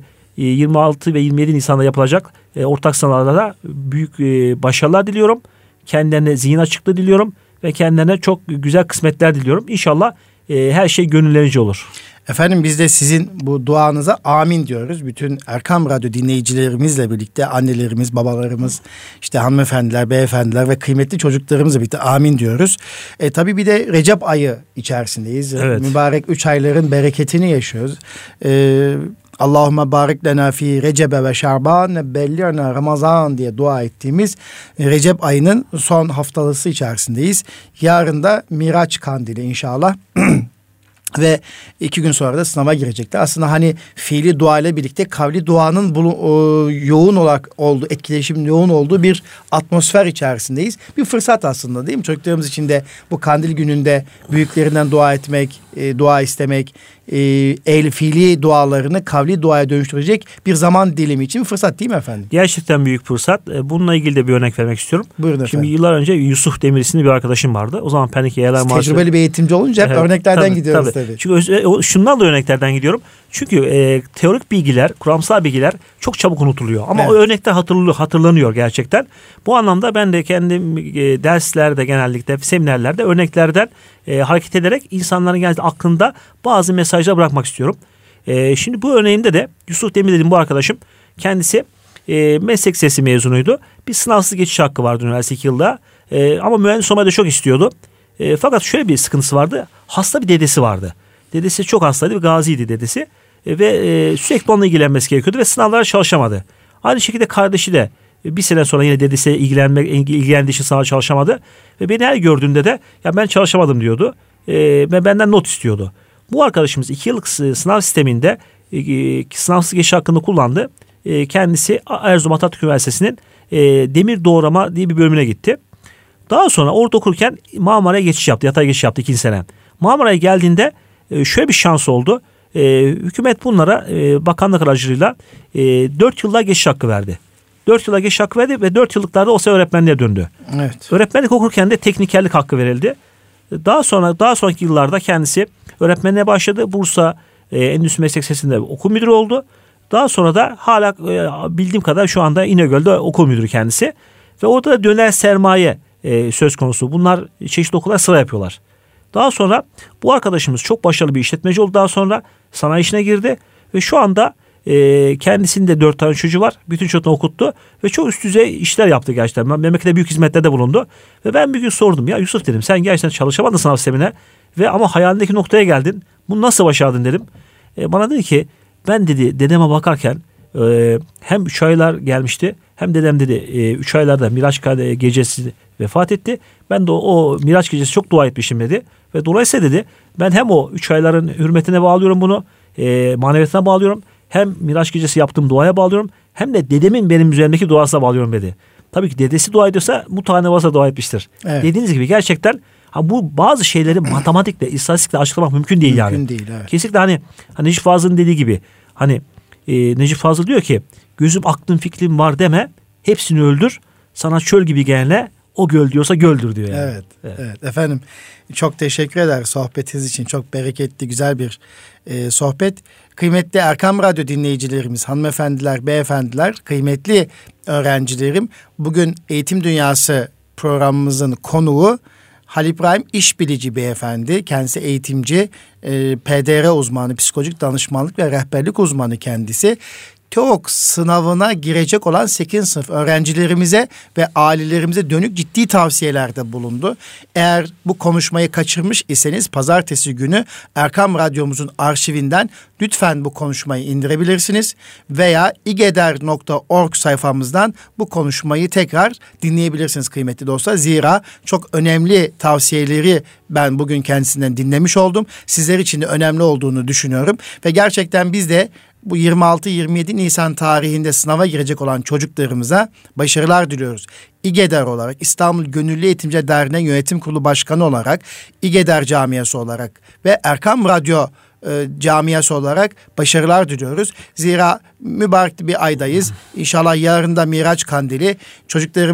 26 ve 27 Nisan'da yapılacak ortak sınavlarda da büyük başarılar diliyorum. Kendilerine zihin açıklığı diliyorum ve kendilerine çok güzel kısmetler diliyorum. İnşallah her şey gönüllerince olur. Efendim biz de sizin bu duanıza amin diyoruz. Bütün Erkam Radyo dinleyicilerimizle birlikte annelerimiz, babalarımız, işte hanımefendiler, beyefendiler ve kıymetli çocuklarımızla birlikte amin diyoruz. Tabii bir de Recep ayı içerisindeyiz. Evet. Mübarek 3 ayların bereketini yaşıyoruz. Allahümme barik lena fi Recebe ve Şaban belli'na Ramazan diye dua ettiğimiz Recep ayının son haftalısı içerisindeyiz. Yarın da Miraç Kandili inşallah. Ve 2 gün sonra da sınava girecekler. Aslında hani fiili dua ile birlikte kavli duanın yoğun olarak olduğu, etkileşimin yoğun olduğu bir atmosfer içerisindeyiz. Bir fırsat aslında değil mi? Çocuklarımız için de bu kandil gününde büyüklerinden dua etmek, dua istemek, fiili dualarını kavli duaya dönüştürecek bir zaman dilimi için bir fırsat değil mi efendim? Gerçekten büyük fırsat. Bununla ilgili de bir örnek vermek istiyorum. Buyurun efendim. Şimdi yıllar önce Yusuf Demir isimli bir arkadaşım vardı. O zaman Pendik Yeğler Marşı. Tecrübeli bir eğitimci olunca hep örneklerden gidiyoruz tabii. Çünkü şundan da örneklerden gidiyorum. Çünkü teorik bilgiler, kuramsal bilgiler çok çabuk unutuluyor. Ama o örnekler hatırlanıyor gerçekten. Bu anlamda ben de kendim derslerde genellikle, seminerlerde örneklerden hareket ederek insanların geldiği aklında bazı mesajlar bırakmak istiyorum. Şimdi bu örneğimde de Yusuf Demir dediğim bu arkadaşım kendisi meslek lisesi mezunuydu. Bir sınavsız geçiş hakkı vardı üniversite 2 yılda. Ama mühendis olmayı da çok istiyordu. Fakat şöyle bir sıkıntısı vardı. Hasta bir dedesi vardı. Dedesi çok hastaydı ve gaziydi dedesi. Ve sürekli onunla ilgilenmesi gerekiyordu ve sınavlara çalışamadı. Aynı şekilde kardeşi de bir sene sonra yine dedesiyle ilgilendiği için sınava çalışamadı. Ve beni her gördüğünde de ya ben çalışamadım diyordu. Ve benden not istiyordu. Bu arkadaşımız 2 yıllık sınav sisteminde sınavsız geçiş hakkını kullandı. Kendisi Erzurum Atatürk Üniversitesi'nin demir doğrama diye bir bölümüne gitti. Daha sonra orada okurken Marmara'ya geçiş yaptı. Yatay geçiş yaptı 2. sene. Marmara'ya geldiğinde şöyle bir şans oldu. Hükümet bunlara bakanlık aracılığıyla 4 yıllık geçiş hakkı verdi. 4 yıla geçiş hakkı verdi ve 4 yıllıklarda o sene öğretmenliğe döndü. Evet. Öğretmenlik okurken de teknikerlik hakkı verildi. Daha sonraki yıllarda kendisi öğretmenliğe başladı. Bursa Endüstri Meslek Lisesi'nde okul müdürü oldu. Daha sonra da hala bildiğim kadar şu anda İnegöl'de okul müdürü kendisi. Ve orada da döner sermaye söz konusu. Bunlar çeşitli okullar sıra yapıyorlar. Daha sonra bu arkadaşımız çok başarılı bir işletmeci oldu. Daha sonra sanayi işine girdi. Ve şu anda kendisinin de 4 tane çocuğu var. Bütün çocuğunu okuttu. Ve çok üst düzey işler yaptı gerçekten. Memlekete büyük hizmetlerde bulundu. Ve ben bir gün sordum. Ya Yusuf dedim, sen gerçekten çalışamadın sınav sistemine. Ama hayalindeki noktaya geldin. Bunu nasıl başardın dedim. Bana dedi ki ben dedi dedeme bakarken hem 3 aylar gelmişti. Hem dedem dedi 3 aylarda Miraç gecesi vefat etti. Ben de o Miraç gecesi çok dua etmişim dedi. Ve dolayısıyla dedi ben hem o 3 ayların hürmetine bağlıyorum bunu. Maneviyatına bağlıyorum. Hem Miraç gecesi yaptığım duaya bağlıyorum. Hem de dedemin benim üzerimdeki duasına bağlıyorum dedi. Tabii ki dedesi dua ediyorsa mutlaka varsa dua etmiştir. Evet. Dediğiniz gibi gerçekten bu bazı şeyleri matematikle, istatistikle açıklamak mümkün değil yani. Mümkün değil, evet. Kesinlikle hani Necip Fazıl'ın dediği gibi Necip Fazıl diyor ki gözüm aklım fikrim var deme, hepsini öldür, sana çöl gibi gelene o göl diyorsa göldür diyor yani. Evet. Efendim çok teşekkür eder sohbetiniz için. Çok bereketli, güzel bir sohbet. Kıymetli Erkam Radyo dinleyicilerimiz, hanımefendiler, beyefendiler, kıymetli öğrencilerim, bugün Eğitim Dünyası programımızın konuğu Halil İbrahim İşbilici beyefendi. Kendisi eğitimci, PDR uzmanı, psikolojik danışmanlık ve rehberlik uzmanı kendisi. TEOK sınavına girecek olan 8. sınıf öğrencilerimize ve ailelerimize dönük ciddi tavsiyelerde bulundu. Eğer bu konuşmayı kaçırmış iseniz pazartesi günü Erkam Radyomuzun arşivinden lütfen bu konuşmayı indirebilirsiniz. Veya igeder.org sayfamızdan bu konuşmayı tekrar dinleyebilirsiniz kıymetli dostlar. Zira çok önemli tavsiyeleri ben bugün kendisinden dinlemiş oldum. Sizler için de önemli olduğunu düşünüyorum. Ve gerçekten biz de bu 26-27 Nisan tarihinde sınava girecek olan çocuklarımıza başarılar diliyoruz. İGEDER olarak, İstanbul Gönüllü Eğitimciler Derneği Yönetim Kurulu Başkanı olarak, İGEDER Camiası olarak ve Erkam Radyo camiası olarak başarılar diliyoruz. Zira mübarek bir aydayız. İnşallah yarın da Miraç Kandili. Çocuklarımız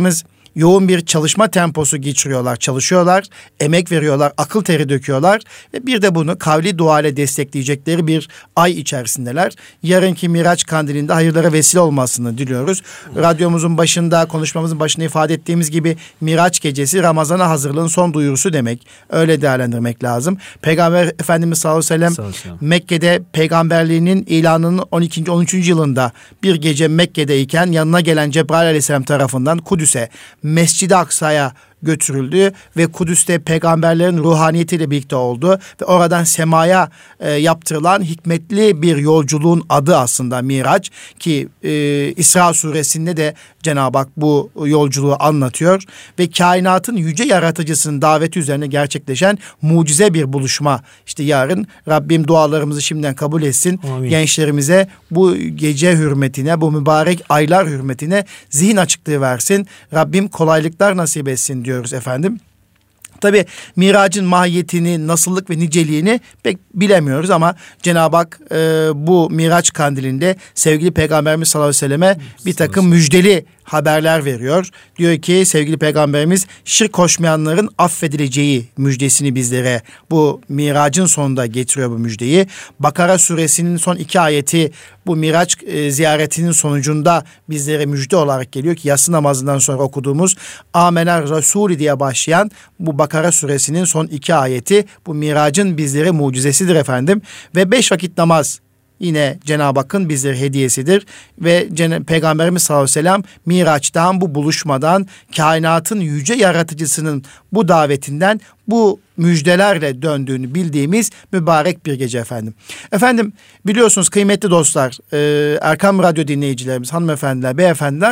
yoğun bir çalışma temposu geçiriyorlar, çalışıyorlar, emek veriyorlar, akıl teri döküyorlar ve bir de bunu kavli dua ile destekleyecekleri bir ay içerisindeler. Yarınki Miraç Kandili'nde hayırlara vesile olmasını diliyoruz. Radyomuzun başında, konuşmamızın başında ifade ettiğimiz gibi Miraç gecesi Ramazan'a hazırlığın son duyurusu demek. Öyle değerlendirmek lazım. Peygamber Efendimiz sallallahu aleyhi ve sellem Mekke'de peygamberliğinin ilanının 12. 13. yılında bir gece Mekke'deyken yanına gelen Cebrail aleyhisselam tarafından Kudüs'e, Mescid-i Aksa'ya götürüldü ve Kudüs'te peygamberlerin ruhaniyetiyle birlikte oldu ve oradan semaya yaptırılan hikmetli bir yolculuğun adı aslında Miraç ki İsra suresinde de Cenab-ı Hak bu yolculuğu anlatıyor ve kainatın yüce yaratıcısının daveti üzerine gerçekleşen mucize bir buluşma. İşte yarın Rabbim dualarımızı şimdiden kabul etsin. Amin. Gençlerimize bu gece hürmetine, bu mübarek aylar hürmetine zihin açıklığı versin. Rabbim kolaylıklar nasip etsin diyoruz efendim. Tabi miracın mahiyetini, nasıllık ve niceliğini pek bilemiyoruz ama Cenab-ı Hak bu Miraç kandilinde sevgili Peygamberimiz sallallahu aleyhi ve selleme bir takım müjdeli haberler veriyor. Diyor ki sevgili Peygamberimiz şirk koşmayanların affedileceği müjdesini bizlere bu Miracın sonunda getiriyor bu müjdeyi. Bakara suresinin son 2 ayeti bu Miraç ziyaretinin sonucunda bizlere müjde olarak geliyor ki yatsı namazından sonra okuduğumuz Amener Resulü diye başlayan bu Bakara suresinin son 2 ayeti bu Miracın bizlere mucizesidir efendim. Ve 5 vakit namaz yine Cenab-ı Hakk'ın bizlere hediyesidir ve Peygamberimiz sallallahu aleyhi ve sellem Miraç'tan, bu buluşmadan, kainatın yüce yaratıcısının bu davetinden, bu müjdelerle döndüğünü bildiğimiz mübarek bir gece efendim. Efendim biliyorsunuz kıymetli dostlar, Erkam Radyo dinleyicilerimiz, hanımefendiler, beyefendiler,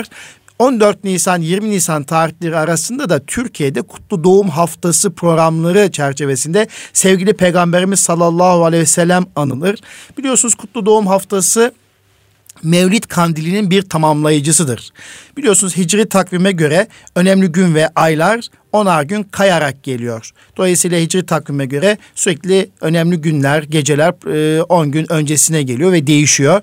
14 Nisan 20 Nisan tarihleri arasında da Türkiye'de Kutlu Doğum Haftası programları çerçevesinde sevgili Peygamberimiz sallallahu aleyhi ve sellem anılır. Biliyorsunuz Kutlu Doğum Haftası Mevlid Kandili'nin bir tamamlayıcısıdır. Biliyorsunuz hicri takvime göre önemli gün ve aylar 10'ar gün kayarak geliyor. Dolayısıyla hicri takvime göre sürekli önemli günler, geceler 10 gün öncesine geliyor ve değişiyor.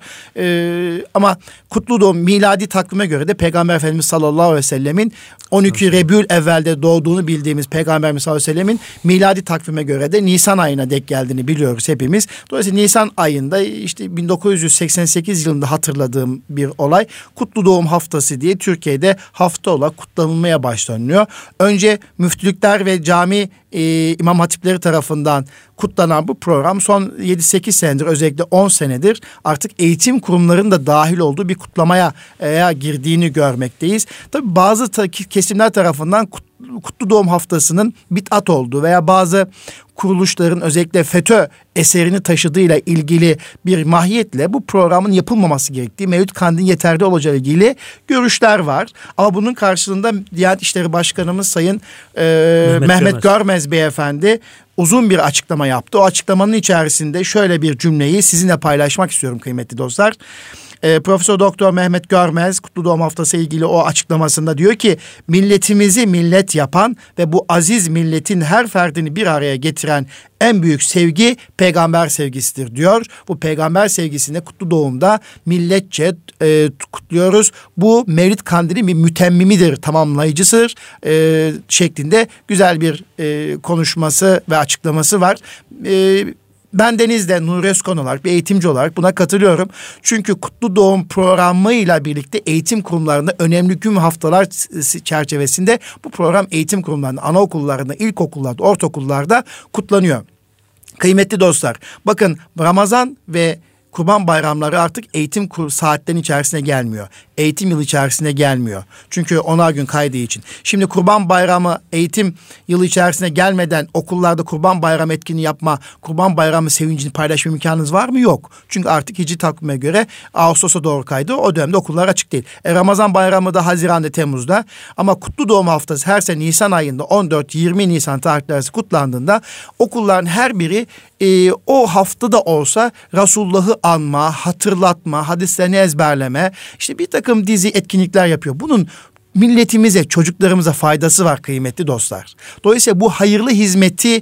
Ama Kutlu Doğum miladi takvime göre de Peygamber Efendimiz sallallahu aleyhi ve sellemin 12 Rebül Evvel'de doğduğunu bildiğimiz Peygamberimiz sallallahu aleyhi ve sellemin miladi takvime göre de Nisan ayına denk geldiğini biliyoruz hepimiz. Dolayısıyla Nisan ayında işte 1988 yılında hatırladığım bir olay Kutlu Doğum Haftası diye Türkiye'de hafta olarak kutlanılmaya başlanıyor. Önce müftülükler ve cami imam hatipleri tarafından kutlanan bu program son 7-8 senedir, özellikle 10 senedir artık eğitim kurumlarının da dahil olduğu bir kutlamaya girdiğini görmekteyiz. Tabii bazı kesimler tarafından Kutlu Doğum Haftası'nın bid'at olduğu veya bazı kuruluşların özellikle FETÖ eserini taşıdığıyla ilgili bir mahiyetle bu programın yapılmaması gerektiği, Mevlid Kandili yeterli olacağı ilgili görüşler var. Ama bunun karşılığında Diyanet İşleri Başkanımız Sayın Mehmet Görmez Beyefendi uzun bir açıklama yaptı. O açıklamanın içerisinde şöyle bir cümleyi sizinle paylaşmak istiyorum kıymetli dostlar. Profesör Doktor Mehmet Görmez Kutlu Doğum Haftası ile ilgili o açıklamasında diyor ki milletimizi millet yapan ve bu aziz milletin her ferdini bir araya getiren en büyük sevgi peygamber sevgisidir diyor. Bu peygamber sevgisini Kutlu Doğum'da milletçe kutluyoruz. Bu Mevlid Kandili bir mütemmimidir, tamamlayıcısıdır şeklinde güzel bir konuşması ve açıklaması var. Ben Deniz'de Nuri Özkan olarak bir eğitimci olarak buna katılıyorum. Çünkü Kutlu Doğum programıyla birlikte eğitim kurumlarında önemli gün haftalar çerçevesinde bu program eğitim kurumlarında, anaokullarında, ilkokullarda, ortaokullarda kutlanıyor. Kıymetli dostlar, bakın Ramazan ve Kurban bayramları artık eğitim saatlerinin içerisine gelmiyor. Eğitim yılı içerisine gelmiyor. Çünkü 10'ar gün kaydığı için. Şimdi Kurban Bayramı eğitim yılı içerisine gelmeden okullarda Kurban Bayramı etkinliği yapma, Kurban Bayramı sevincini paylaşma imkanınız var mı? Yok. Çünkü artık hicri takvime göre Ağustos'a doğru kaydı. O dönemde okullar açık değil. Ramazan Bayramı da Haziran'da, Temmuz'da. Ama Kutlu Doğum Haftası her sene Nisan ayında 14-20 Nisan tarihleri kutlandığında okulların her biri o haftada olsa Resulullah'ı anma, hatırlatma, hadislerini ezberleme, işte bir takım dizi etkinlikler yapıyor. Bunun milletimize, çocuklarımıza faydası var kıymetli dostlar. Dolayısıyla bu hayırlı hizmeti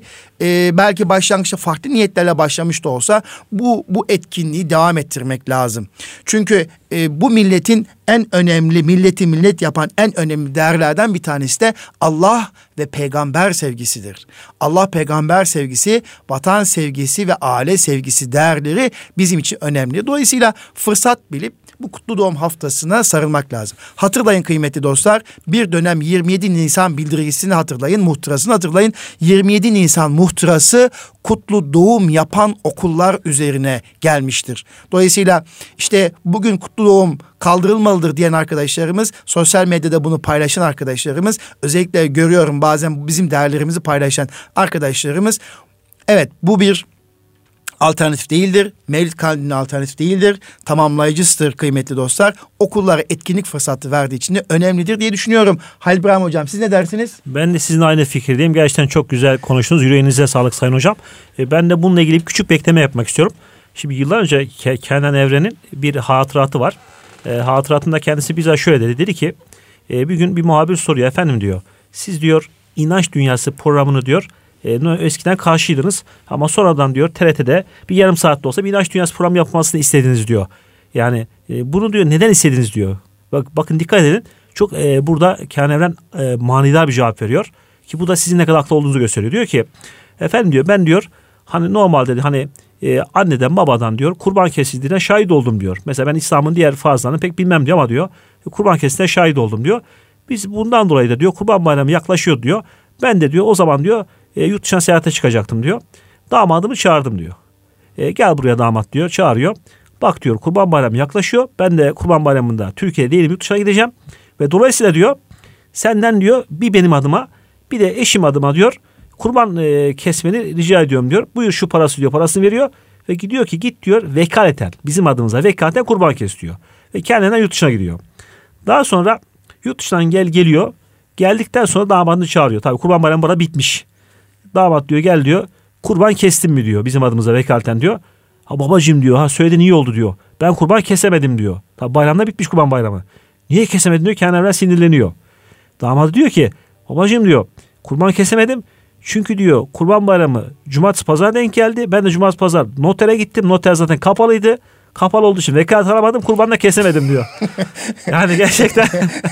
belki başlangıçta farklı niyetlerle başlamış da olsa bu etkinliği devam ettirmek lazım. Çünkü bu milletin en önemli, milleti millet yapan en önemli değerlerden bir tanesi de Allah ve peygamber sevgisidir. Allah, peygamber sevgisi, vatan sevgisi ve aile sevgisi değerleri bizim için önemli. Dolayısıyla fırsat bilip bu kutlu doğum haftasına sarılmak lazım. Hatırlayın kıymetli dostlar, bir dönem 27 Nisan bildirgisini hatırlayın, muhtırasını hatırlayın. 27 Nisan muhtırası kutlu doğum yapan okullar üzerine gelmiştir. Dolayısıyla işte bugün kutlu doğum kaldırılmalıdır diyen arkadaşlarımız, sosyal medyada bunu paylaşan arkadaşlarımız, özellikle görüyorum bazen bizim değerlerimizi paylaşan arkadaşlarımız, evet bu bir alternatif değildir. Mevlid Kandili'nin alternatif değildir. Tamamlayıcısıdır kıymetli dostlar. Okullara etkinlik fırsatı verdiği için de önemlidir diye düşünüyorum. Halil İbrahim Hocam, siz ne dersiniz? Ben de sizinle aynı fikirdeyim. Gerçekten çok güzel konuştunuz. Yüreğinize sağlık Sayın Hocam. Ben de bununla ilgili bir küçük bir ekleme yapmak istiyorum. Şimdi yıllar önce Kenan Evren'in bir hatıratı var. Hatıratında kendisi bize şöyle dedi. Dedi ki bir gün bir muhabir soruyor. Efendim diyor, siz diyor inanç dünyası programını diyor eskiden karşıydınız ama sonradan diyor TRT'de bir yarım saatte olsa bir inanç dünyası programı yapmasını istediniz diyor. Yani bunu diyor neden istediniz diyor. Bakın dikkat edin. Çok burada Kenan Evren manidar bir cevap veriyor. Ki bu da sizin ne kadar haklı olduğunuzu gösteriyor. Diyor ki efendim diyor, ben diyor hani normalde hani anneden babadan diyor kurban kesildiğine şahit oldum diyor. Mesela ben İslam'ın diğer farzlarını pek bilmem diyor ama diyor kurban kesildiğine şahit oldum diyor. Biz bundan dolayı da diyor kurban bayramı yaklaşıyor diyor. Ben de diyor o zaman diyor yurt dışına seyahate çıkacaktım diyor. Damadımı çağırdım diyor. Gel buraya damat diyor, çağırıyor. Bak diyor kurban bayramı yaklaşıyor. Ben de kurban bayramında Türkiye'de değilim, yurt dışına gideceğim. Ve dolayısıyla diyor senden diyor bir benim adıma bir de eşim adıma diyor kurban kesmeni rica ediyorum diyor. Buyur şu parası diyor, parasını veriyor. Ve gidiyor ki git diyor vekaleten bizim adımıza vekaleten kurban kes diyor. Ve kendinden yurt dışına gidiyor. Daha sonra yurt dışından geliyor. Geldikten sonra damadını çağırıyor. Tabii kurban bayramı burada bitmiş. Damat diyor gel diyor kurban kestin mi diyor bizim adımıza vekaleten diyor. Ha babacığım diyor, ha söyledin iyi oldu diyor. Ben kurban kesemedim diyor. Tabii bayramda bitmiş kurban bayramı. Niye kesemedin diyor, Kenan Evren sinirleniyor. Damat diyor ki babacığım diyor kurban kesemedim. Çünkü diyor kurban bayramı cumartesi pazar denk geldi. Ben de cumartesi pazar notere gittim. Noter zaten kapalıydı. Kapalı olduğu için vekalet alamadım, kurbanı da kesemedim diyor. Yani gerçekten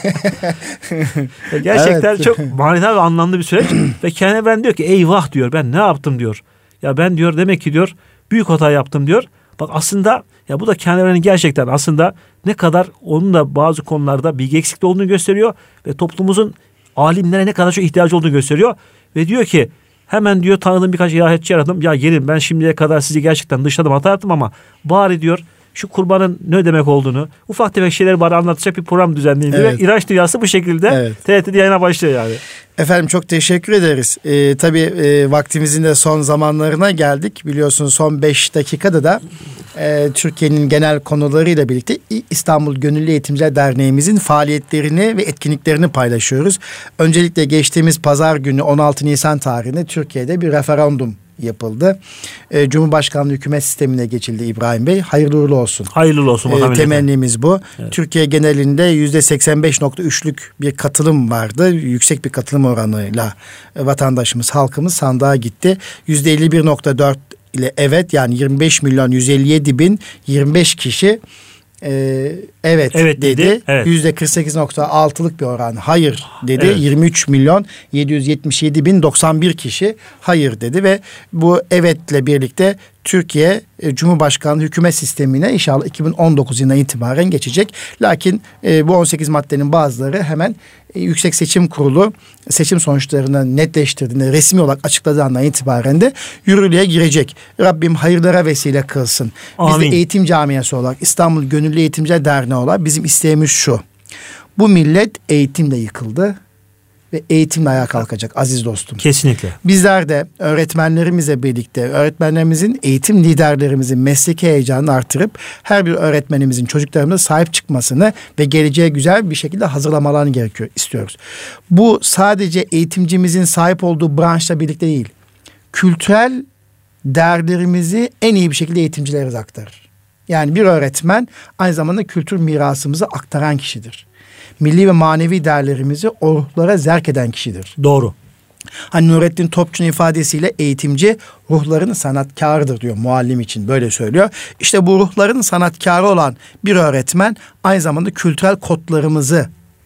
evet. Çok manidar ve anlamlı bir süreç. Ve Kenan Evren diyor ki eyvah diyor, ben ne yaptım diyor. Ya ben diyor demek ki diyor büyük hata yaptım diyor. Bak aslında ya bu da Kenan Evren'in gerçekten aslında ne kadar onun da bazı konularda bilgi eksikliği olduğunu gösteriyor. Ve toplumumuzun alimlere ne kadar çok ihtiyacı olduğunu gösteriyor. Ve diyor ki hemen diyor tanıdığım birkaç ilahiyatçı aradım. Ya gelin ben şimdiye kadar sizi gerçekten dışladım, hata yaptım ama bari diyor şu kurbanın ne demek olduğunu ufak tefek şeyleri bari anlatacak bir program düzenleyin. Evet. Ve İnanç Dünyası bu şekilde TRT'de yayına başlıyor yani. Efendim çok teşekkür ederiz. Tabii vaktimizin de son zamanlarına geldik. Biliyorsunuz son 5 dakikada da Türkiye'nin genel konularıyla birlikte İstanbul Gönüllü Eğitimciler Derneğimizin faaliyetlerini ve etkinliklerini paylaşıyoruz. Öncelikle geçtiğimiz pazar günü 16 Nisan tarihinde Türkiye'de bir referandum yapıldı. Cumhurbaşkanlığı hükümet sistemine geçildi İbrahim Bey. Hayırlı uğurlu olsun. Hayırlı olsun. Temennimiz bu. Evet. Türkiye genelinde %85.3'lük bir katılım vardı. Yüksek bir katılım oranıyla vatandaşımız, halkımız sandığa gitti. %51.4 ile evet, yani 25.157.025 kişi evet dedi. Evet. %48.6'lık bir oran hayır dedi. Evet. 23.777.091 kişi hayır dedi ve bu evetle birlikte Türkiye Cumhurbaşkanlığı hükümet sistemine inşallah 2019 yılına itibaren geçecek. Lakin bu 18 maddenin bazıları hemen Yüksek Seçim Kurulu seçim sonuçlarını netleştirdiğinde, resmi olarak açıkladığı andan itibaren de yürürlüğe girecek. Rabbim hayırlara vesile kılsın. Amin. Biz de eğitim camiası olarak, İstanbul Gönüllü Eğitimciler Derneği olarak bizim isteğimiz şu: bu millet eğitimle yıkıldı ve eğitimle ayağa kalkacak aziz dostum. Kesinlikle. Bizler de öğretmenlerimizle birlikte öğretmenlerimizin, eğitim liderlerimizin mesleki heyecanını artırıp her bir öğretmenimizin çocuklarımıza sahip çıkmasını ve geleceğe güzel bir şekilde hazırlamalarını gerekiyor, istiyoruz. Bu sadece eğitimcimizin sahip olduğu branşla birlikte değil. Kültürel değerlerimizi en iyi bir şekilde eğitimcilere aktarır. Yani bir öğretmen aynı zamanda kültür mirasımızı aktaran kişidir. Milli ve manevi değerlerimizi oruklara zerk eden kişidir. Doğru. Hani Nurettin Topçu'nun ifadesiyle eğitimci ruhların sanatkarıdır diyor, muallim için böyle söylüyor. İşte bu ruhların sanatkarı olan bir öğretmen aynı zamanda kültürel kodlarımızı,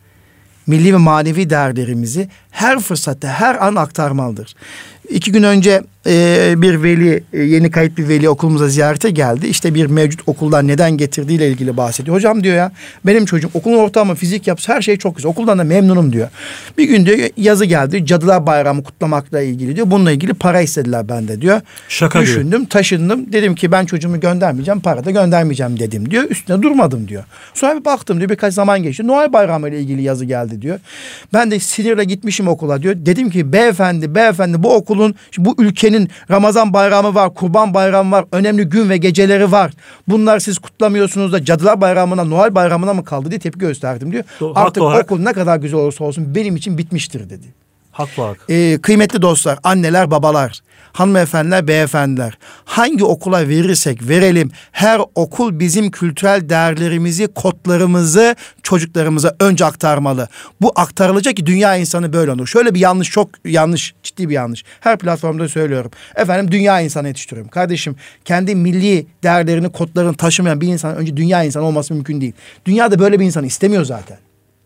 milli ve manevi değerlerimizi her fırsatta, her an aktarmalıdır. 2 gün önce bir veli, yeni kayıt bir veli okulumuza ziyarete geldi. İşte bir mevcut okuldan neden getirdiğiyle ilgili bahsediyor. Hocam diyor ya, benim çocuğum okulun ortamı, fizik yapısı, her şey çok güzel. Okuldan da memnunum diyor. Bir gün diyor yazı geldi. Cadılar Bayramı kutlamakla ilgili diyor. Bununla ilgili para istediler bende diyor. Şaka düşündüm, gibi. Taşındım. Dedim ki ben çocuğumu göndermeyeceğim, para da göndermeyeceğim dedim diyor. Üstüne durmadım diyor. Sonra bir baktım diyor, birkaç zaman geçti. Noel Bayramı ile ilgili yazı geldi diyor. Ben de sinirle gitmişim okula diyor. Dedim ki beyefendi bu okulun, bu ülkenin Ramazan Bayramı var, Kurban Bayramı var, önemli gün ve geceleri var. Bunlar siz kutlamıyorsunuz da Cadılar Bayramı'na, Noel Bayramı'na mı kaldı diye tepki gösterdim diyor. Artık okul ne kadar güzel olursa olsun benim için bitmiştir dedi. Haklı olarak. Kıymetli dostlar, anneler, babalar, hanımefendiler, beyefendiler, hangi okula verirsek verelim, her okul bizim kültürel değerlerimizi, kodlarımızı çocuklarımıza önce aktarmalı. Bu aktarılacak ki dünya insanı böyle olur. Şöyle bir yanlış, çok yanlış, ciddi bir yanlış. Her platformda söylüyorum. Efendim, dünya insanı yetiştiriyorum. Kardeşim, kendi milli değerlerini, kodlarını taşımayan bir insan önce dünya insanı olması mümkün değil. Dünyada böyle bir insan istemiyor zaten.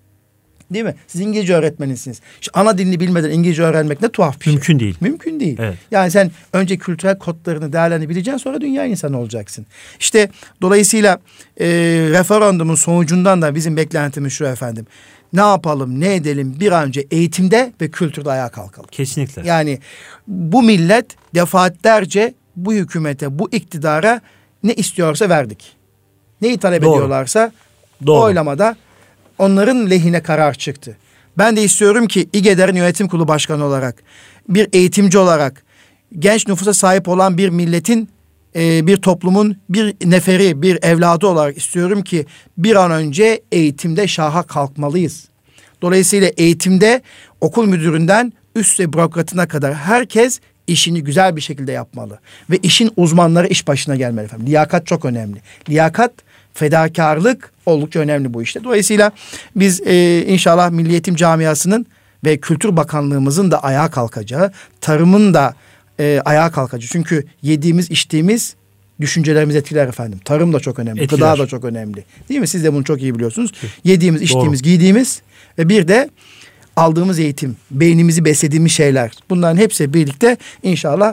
Değil mi? Siz İngilizce öğretmenisiniz. İşte ana dilini bilmeden İngilizce öğrenmek ne tuhaf bir şey. Mümkün değil. Mümkün değil. Evet. Yani sen önce kültürel kodlarını, değerlerini bileceksin, sonra dünya insanı olacaksın. İşte dolayısıyla referandumun sonucundan da bizim beklentimiz şu efendim. Ne yapalım, ne edelim, bir an önce eğitimde ve kültürde ayağa kalkalım. Kesinlikle. Yani bu millet defaatlerce bu hükümete, bu iktidara ne istiyorsa verdik. Neyi talep ediyorlarsa oylamada onların lehine karar çıktı. Ben de istiyorum ki İGEDER'in yönetim kurulu başkanı olarak, bir eğitimci olarak, genç nüfusa sahip olan bir milletin, bir toplumun bir neferi, bir evladı olarak istiyorum ki bir an önce eğitimde şaha kalkmalıyız. Dolayısıyla eğitimde okul müdüründen üst ve bürokratına kadar herkes işini güzel bir şekilde yapmalı. Ve işin uzmanları iş başına gelmeli efendim. Liyakat çok önemli. Liyakat, fedakarlık oldukça önemli bu işte. Dolayısıyla biz inşallah Milli Eğitim Camiası'nın ve Kültür Bakanlığımızın da ayağa kalkacağı, tarımın da ayağa kalkacağı. Çünkü yediğimiz, içtiğimiz düşüncelerimizi etkiler efendim. Tarım da çok önemli, etkiler. Gıda da çok önemli. Değil mi? Siz de bunu çok iyi biliyorsunuz. Yediğimiz, içtiğimiz, giydiğimiz ve bir de aldığımız eğitim, beynimizi beslediğimiz şeyler. Bunların hepsi birlikte inşallah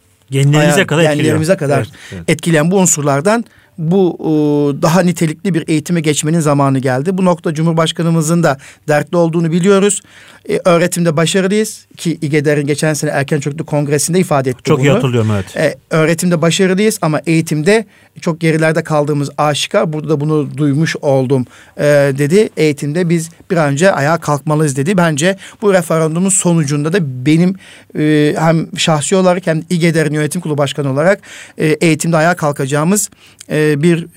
genlerimize kadar etkileyen bu unsurlardan bu daha nitelikli bir eğitime geçmenin zamanı geldi. Bu nokta Cumhurbaşkanımızın da dertli olduğunu biliyoruz. Öğretimde başarılıyız ki İGEDER'in geçen sene Erken Çocukluk Kongresi'nde ifade etti çok bunu. Çok iyi hatırlıyorum, evet. Öğretimde başarılıyız ama eğitimde çok gerilerde kaldığımız aşikar. Burada da bunu duymuş oldum dedi. Eğitimde biz bir an önce ayağa kalkmalıyız dedi. Bence bu referandumun sonucunda da benim hem şahsi olarak hem İGEDER'in yönetim kurulu başkanı olarak eğitimde ayağa kalkacağımız bir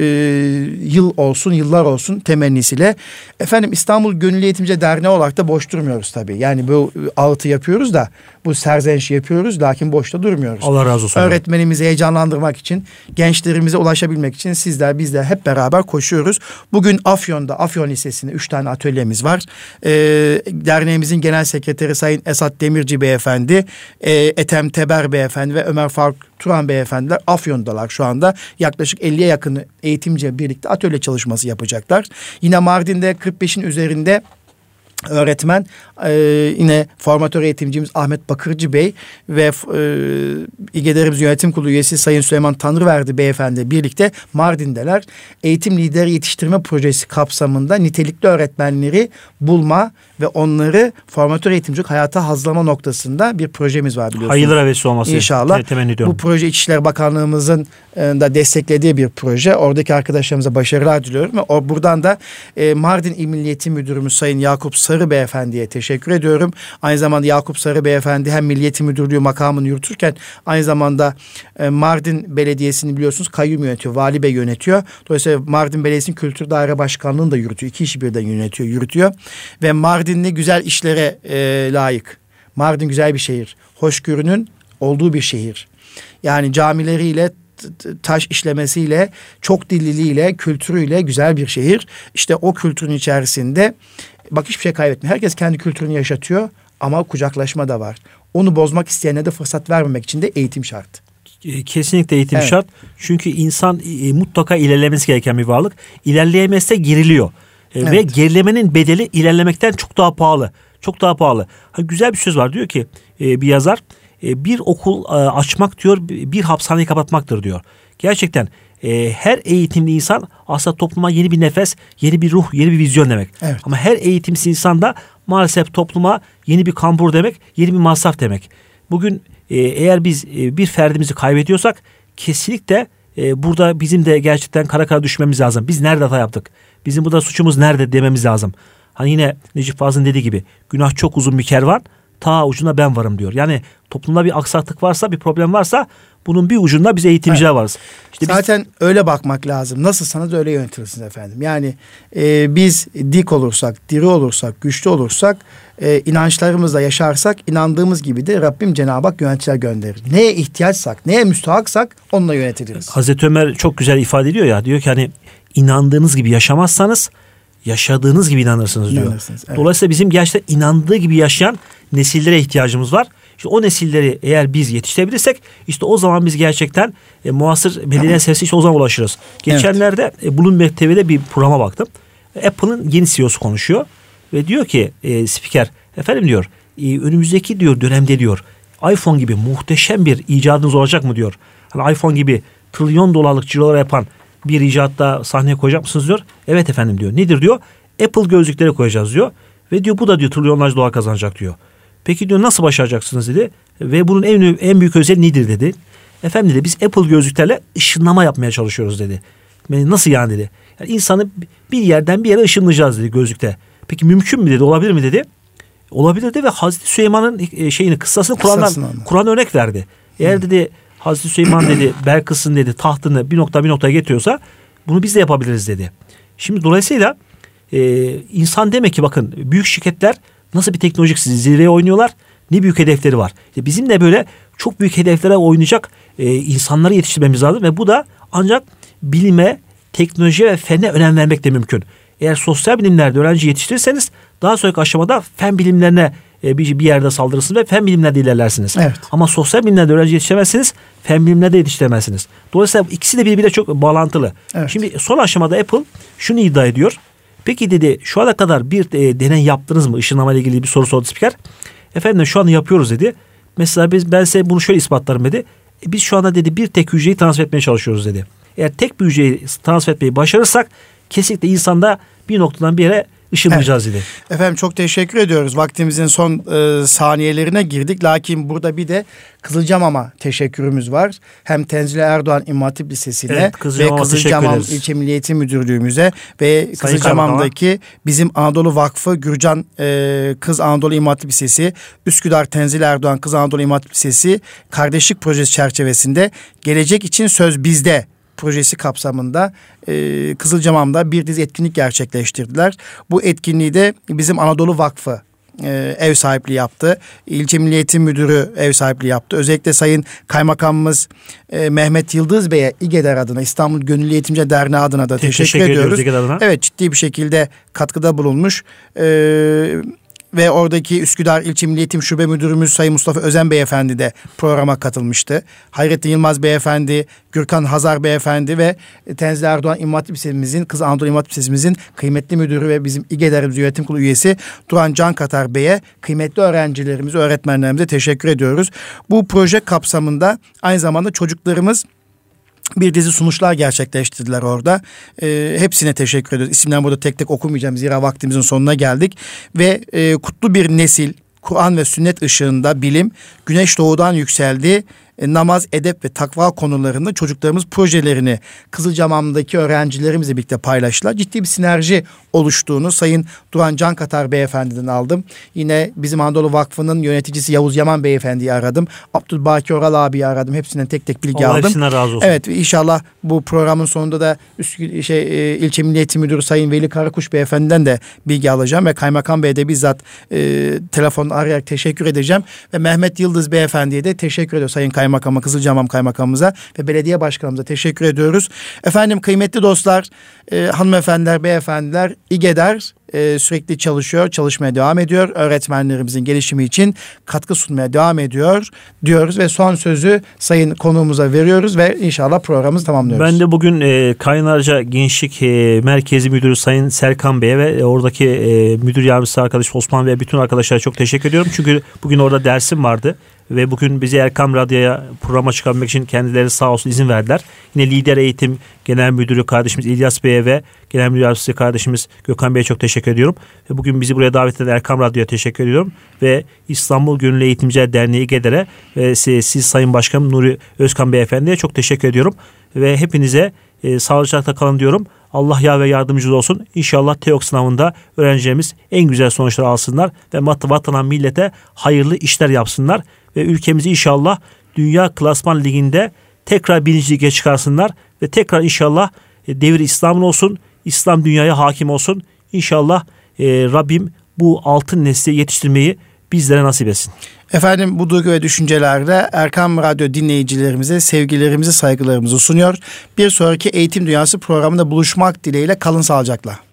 yıllar olsun temennisiyle. Efendim, İstanbul Gönüllü Eğitimci Derneği olarak da boş durmuyoruz tabii. Yani bu ağıtı yapıyoruz da, bu serzenişi yapıyoruz, lakin boşta durmuyoruz. Allah razı olsun. Öğretmenimizi heyecanlandırmak için, gençlerimize ulaşabilmek için sizler, bizler hep beraber koşuyoruz. Bugün Afyon'da, Afyon Lisesi'nde 3 tane atölyemiz var. Derneğimizin genel sekreteri Sayın Esat Demirci Beyefendi, Ethem Teber Beyefendi ve Ömer Faruk Turan Beyefendiler Afyon'dalar şu anda. Yaklaşık 50'ye yakın eğitimciyle birlikte atölye çalışması yapacaklar. Yine Mardin'de 45'in üzerinde öğretmen, yine formatör eğitimcimiz Ahmet Bakırcı Bey ve İGEDER'imiz yönetim kurulu üyesi Sayın Süleyman Tanrıverdi Beyefendi birlikte Mardin'deler. Eğitim lideri yetiştirme projesi kapsamında nitelikli öğretmenleri bulma ve onları formatör eğitimcilik hayata hazırlama noktasında bir projemiz var biliyorsunuz. Hayırlı vesile olması İnşallah. Temenni ediyorum. Bu proje İçişleri Bakanlığımızın da desteklediği bir proje. Oradaki arkadaşlarımıza başarılar diliyorum ve buradan da Mardin İl Milli Eğitim Müdürümüz Sayın Yakup Sarı Beyefendi'ye teşekkür ediyorum. Aynı zamanda Yakup Sarı Beyefendi hem Milli Eğitim Müdürlüğü makamını yürütürken aynı zamanda Mardin Belediyesi'ni biliyorsunuz kayyum yönetiyor. Vali Bey yönetiyor. Dolayısıyla Mardin Belediyesi'nin Kültür Daire Başkanlığı'nı da yürütüyor. 2 işi birden yürütüyor. Ve Mardinli güzel işlere layık. Mardin güzel bir şehir. Hoşgörünün olduğu bir şehir. Yani camileriyle, taş işlemesiyle, çok dilliliğiyle, kültürüyle güzel bir şehir. İşte o kültürün içerisinde bak hiçbir şey kaybetmiyor. Herkes kendi kültürünü yaşatıyor ama kucaklaşma da var. onu bozmak isteyene de fırsat vermemek için de eğitim şart. Kesinlikle eğitim şart. Çünkü insan mutlaka ilerlemesi gereken bir varlık. İlerleyemezse geriliyor. Ve gerilemenin bedeli ilerlemekten çok daha pahalı. Çok daha pahalı. Güzel bir söz var, diyor ki bir yazar, bir okul açmak diyor bir hapishaneyi kapatmaktır diyor. Gerçekten her eğitimli insan aslında topluma yeni bir nefes, yeni bir ruh, yeni bir vizyon demek. Evet. Ama her eğitimsiz insan da maalesef topluma yeni bir kambur demek, yeni bir masraf demek. Bugün eğer biz bir ferdimizi kaybediyorsak kesinlikle burada bizim de gerçekten kara kara düşmemiz lazım. Biz nerede hata yaptık? Bizim burada suçumuz nerede dememiz lazım. Hani yine Necip Fazıl'ın dediği gibi günah çok uzun bir kervan, ta ucuna ben varım diyor. Yani toplumda bir aksaklık varsa, bir problem varsa bunun bir ucunda biz eğitimciler varız. İşte zaten öyle bakmak lazım. Nasılsanız öyle yönetirsiniz efendim. Yani biz dik olursak, diri olursak, güçlü olursak, inançlarımızla yaşarsak, inandığımız gibi de Rabbim Cenab-ı Hak yöneticiler gönderir. Neye ihtiyaçsak, neye müstahaksak onunla yönetiliriz. Hazreti Ömer çok güzel ifade ediyor ya, diyor ki hani inandığınız gibi yaşamazsanız yaşadığınız gibi inanırsınız diyor. Evet. Dolayısıyla bizim gerçekten inandığı gibi yaşayan nesillere ihtiyacımız var. İşte o nesilleri eğer biz yetiştirebilirsek işte o zaman biz gerçekten muasır medeniyet seviyesine işte o zaman ulaşırız. Geçenlerde Bloomberg TV'de bir programa baktım. Apple'ın yeni CEO'su konuşuyor ve diyor ki spiker, efendim diyor, önümüzdeki diyor dönemde diyor iPhone gibi muhteşem bir icadınız olacak mı diyor. Hani iPhone gibi trilyon dolarlık cirolar yapan bir icatta sahneye koyacak mısınız diyor. Evet efendim diyor. Nedir diyor? Apple gözlükleri koyacağız diyor. Ve diyor bu da diyor trilyonlarca dolar kazanacak diyor. Peki diyor nasıl başaracaksınız dedi. Ve bunun en büyük özelliği nedir dedi. Efendim dedi biz Apple gözlüklerle ışınlama yapmaya çalışıyoruz dedi. Nasıl yani dedi. Yani insanı bir yerden bir yere ışınlayacağız dedi gözlükte. Peki mümkün mü dedi, olabilir mi dedi. Olabilir dedi ve Hazreti Süleyman'ın kıssasını Kur'an örnek verdi. Eğer dedi Hazreti Süleyman dedi Belkıs'ın dedi tahtını bir noktaya getiriyorsa bunu biz de yapabiliriz dedi. Şimdi dolayısıyla insan demek ki bakın büyük şirketler nasıl bir teknolojik zirveye oynuyorlar, ne büyük hedefleri var. Bizim de böyle çok büyük hedeflere oynayacak insanları yetiştirmemiz lazım ve bu da ancak bilime, teknolojiye ve fene önem vermekle mümkün. Eğer sosyal bilimlerde öğrenci yetiştirirseniz daha sonraki aşamada fen bilimlerine bir yerde saldırırsınız ve fen bilimlerde ilerlersiniz. Evet. Ama sosyal bilimlerde öğrenci yetiştiremezsiniz, fen bilimlerde yetiştiremezsiniz. Dolayısıyla ikisi de birbiriyle çok bağlantılı. Evet. Şimdi son aşamada Apple şunu iddia ediyor. Peki dedi şu ana kadar bir deney yaptınız mı? Işınlama ile ilgili bir soru sordu spiker. Efendim şu an yapıyoruz dedi. Mesela ben size bunu şöyle ispatlarım dedi. Biz şu anda dedi bir tek hücreyi transfer etmeye çalışıyoruz dedi. Eğer tek bir hücreyi transfer etmeyi başarırsak kesinlikle insanda bir noktadan bir yere ışınlayacağız dedi. Efendim çok teşekkür ediyoruz. Vaktimizin son saniyelerine girdik. Lakin burada bir de Kızılcamam'a teşekkürümüz var. Hem Tenzile Erdoğan İmam Hatip Lisesi'ne ve Kızılcamam İlçe Milli Eğitim Müdürlüğümüze ve Kızılcamam'daki bizim Anadolu Vakfı Gürcan Kız Anadolu İmam Hatip Lisesi, Üsküdar Tenzile Erdoğan Kız Anadolu İmam Hatip Lisesi kardeşlik projesi çerçevesinde Gelecek için Söz Bizde projesi kapsamında Kızılcamam'da bir dizi etkinlik gerçekleştirdiler. Bu etkinliği de bizim Anadolu Vakfı ev sahipliği yaptı. İlçe Milli Eğitim Müdürü ev sahipliği yaptı. Özellikle Sayın Kaymakamımız Mehmet Yıldız Bey'e İGEDER adına, İstanbul Gönüllü Eğitimci Derneği adına da teşekkür ediyoruz. Evet, ciddi bir şekilde katkıda bulunmuş. Ve oradaki Üsküdar İlçe Milli Eğitim Şube Müdürümüz Sayın Mustafa Özen Beyefendi de programa katılmıştı. Hayrettin Yılmaz Beyefendi, Gürkan Hazar Beyefendi ve Tenzile Erdoğan İmam Hatip Lisemizin, Kız Anadolu İmam Hatip Lisemizin kıymetli müdürü ve bizim İGEDER Yönetim Kurulu üyesi Duran Cankatar Bey'e, kıymetli öğrencilerimize, öğretmenlerimize teşekkür ediyoruz. Bu proje kapsamında aynı zamanda çocuklarımız bir dizi sunuşlar gerçekleştirdiler orada. Hepsine teşekkür ediyoruz. İsimlerini burada tek tek okumayacağım zira vaktimizin sonuna geldik. Ve kutlu bir nesil, Kur'an ve sünnet ışığında bilim, güneş doğudan yükseldi. Namaz, edep ve takva konularında çocuklarımız projelerini Kızılcamam'daki öğrencilerimizle birlikte paylaştılar. Ciddi bir sinerji oluştuğunu Sayın Duran Cankatar Beyefendi'den aldım. Yine bizim Anadolu Vakfı'nın yöneticisi Yavuz Yaman Beyefendi'yi aradım. Abdülbaki Oral abiyi aradım. Hepsinden tek tek bilgi aldım. Hepsinden razı olsun. Evet, inşallah bu programın sonunda da İlçe Milli Eğitim Müdürü Sayın Veli Karakuş Beyefendi'den de bilgi alacağım ve Kaymakam Bey'e de bizzat telefonla arayarak teşekkür edeceğim ve Mehmet Yıldız Beyefendi'ye de teşekkür ediyorum. Sayın Kaymakam'a, Kızılcamam Kaymakamımıza ve belediye başkanımıza teşekkür ediyoruz. Efendim kıymetli dostlar, hanımefendiler, beyefendiler, İGEDER sürekli çalışmaya devam ediyor. Öğretmenlerimizin gelişimi için katkı sunmaya devam ediyor diyoruz ve son sözü sayın konuğumuza veriyoruz ve inşallah programımızı tamamlıyoruz. Ben de bugün Kaynarca Gençlik Merkezi Müdürü Sayın Serkan Bey'e ve oradaki müdür yardımcısı arkadaş Osman ve bütün arkadaşlara çok teşekkür ediyorum. Çünkü bugün orada dersim vardı. Ve bugün bizi Erkam Radyo'ya programa çıkarmak için kendileri sağ olsun izin verdiler. Yine Lider Eğitim Genel Müdürü kardeşimiz İlyas Bey'e ve Genel Müdür Yardımcısı kardeşimiz Gökhan Bey'e çok teşekkür ediyorum. Ve bugün bizi buraya davet eden Erkam Radyo'ya teşekkür ediyorum. Ve İstanbul Gönüllü Eğitimciler Derneği GEDER'e ve siz Sayın Başkanım Nuri Özkan Beyefendi'ye çok teşekkür ediyorum. Ve hepinize sağlıcakla kalın diyorum. Allah yar ve yardımcınız olsun. İnşallah TEOK sınavında öğrencilerimiz en güzel sonuçlar alsınlar ve vatana millete hayırlı işler yapsınlar. Ve ülkemizi inşallah Dünya Klasman Ligi'nde tekrar 1. lige çıkarsınlar. Ve tekrar inşallah devir İslam'ın olsun. İslam dünyaya hakim olsun. İnşallah Rabbim bu altın nesli yetiştirmeyi bizlere nasip etsin. Efendim bu duygu ve düşüncelerle Erkam Radyo dinleyicilerimize sevgilerimizi, saygılarımızı sunuyor. Bir sonraki Eğitim Dünyası programında buluşmak dileğiyle kalın sağlıcakla.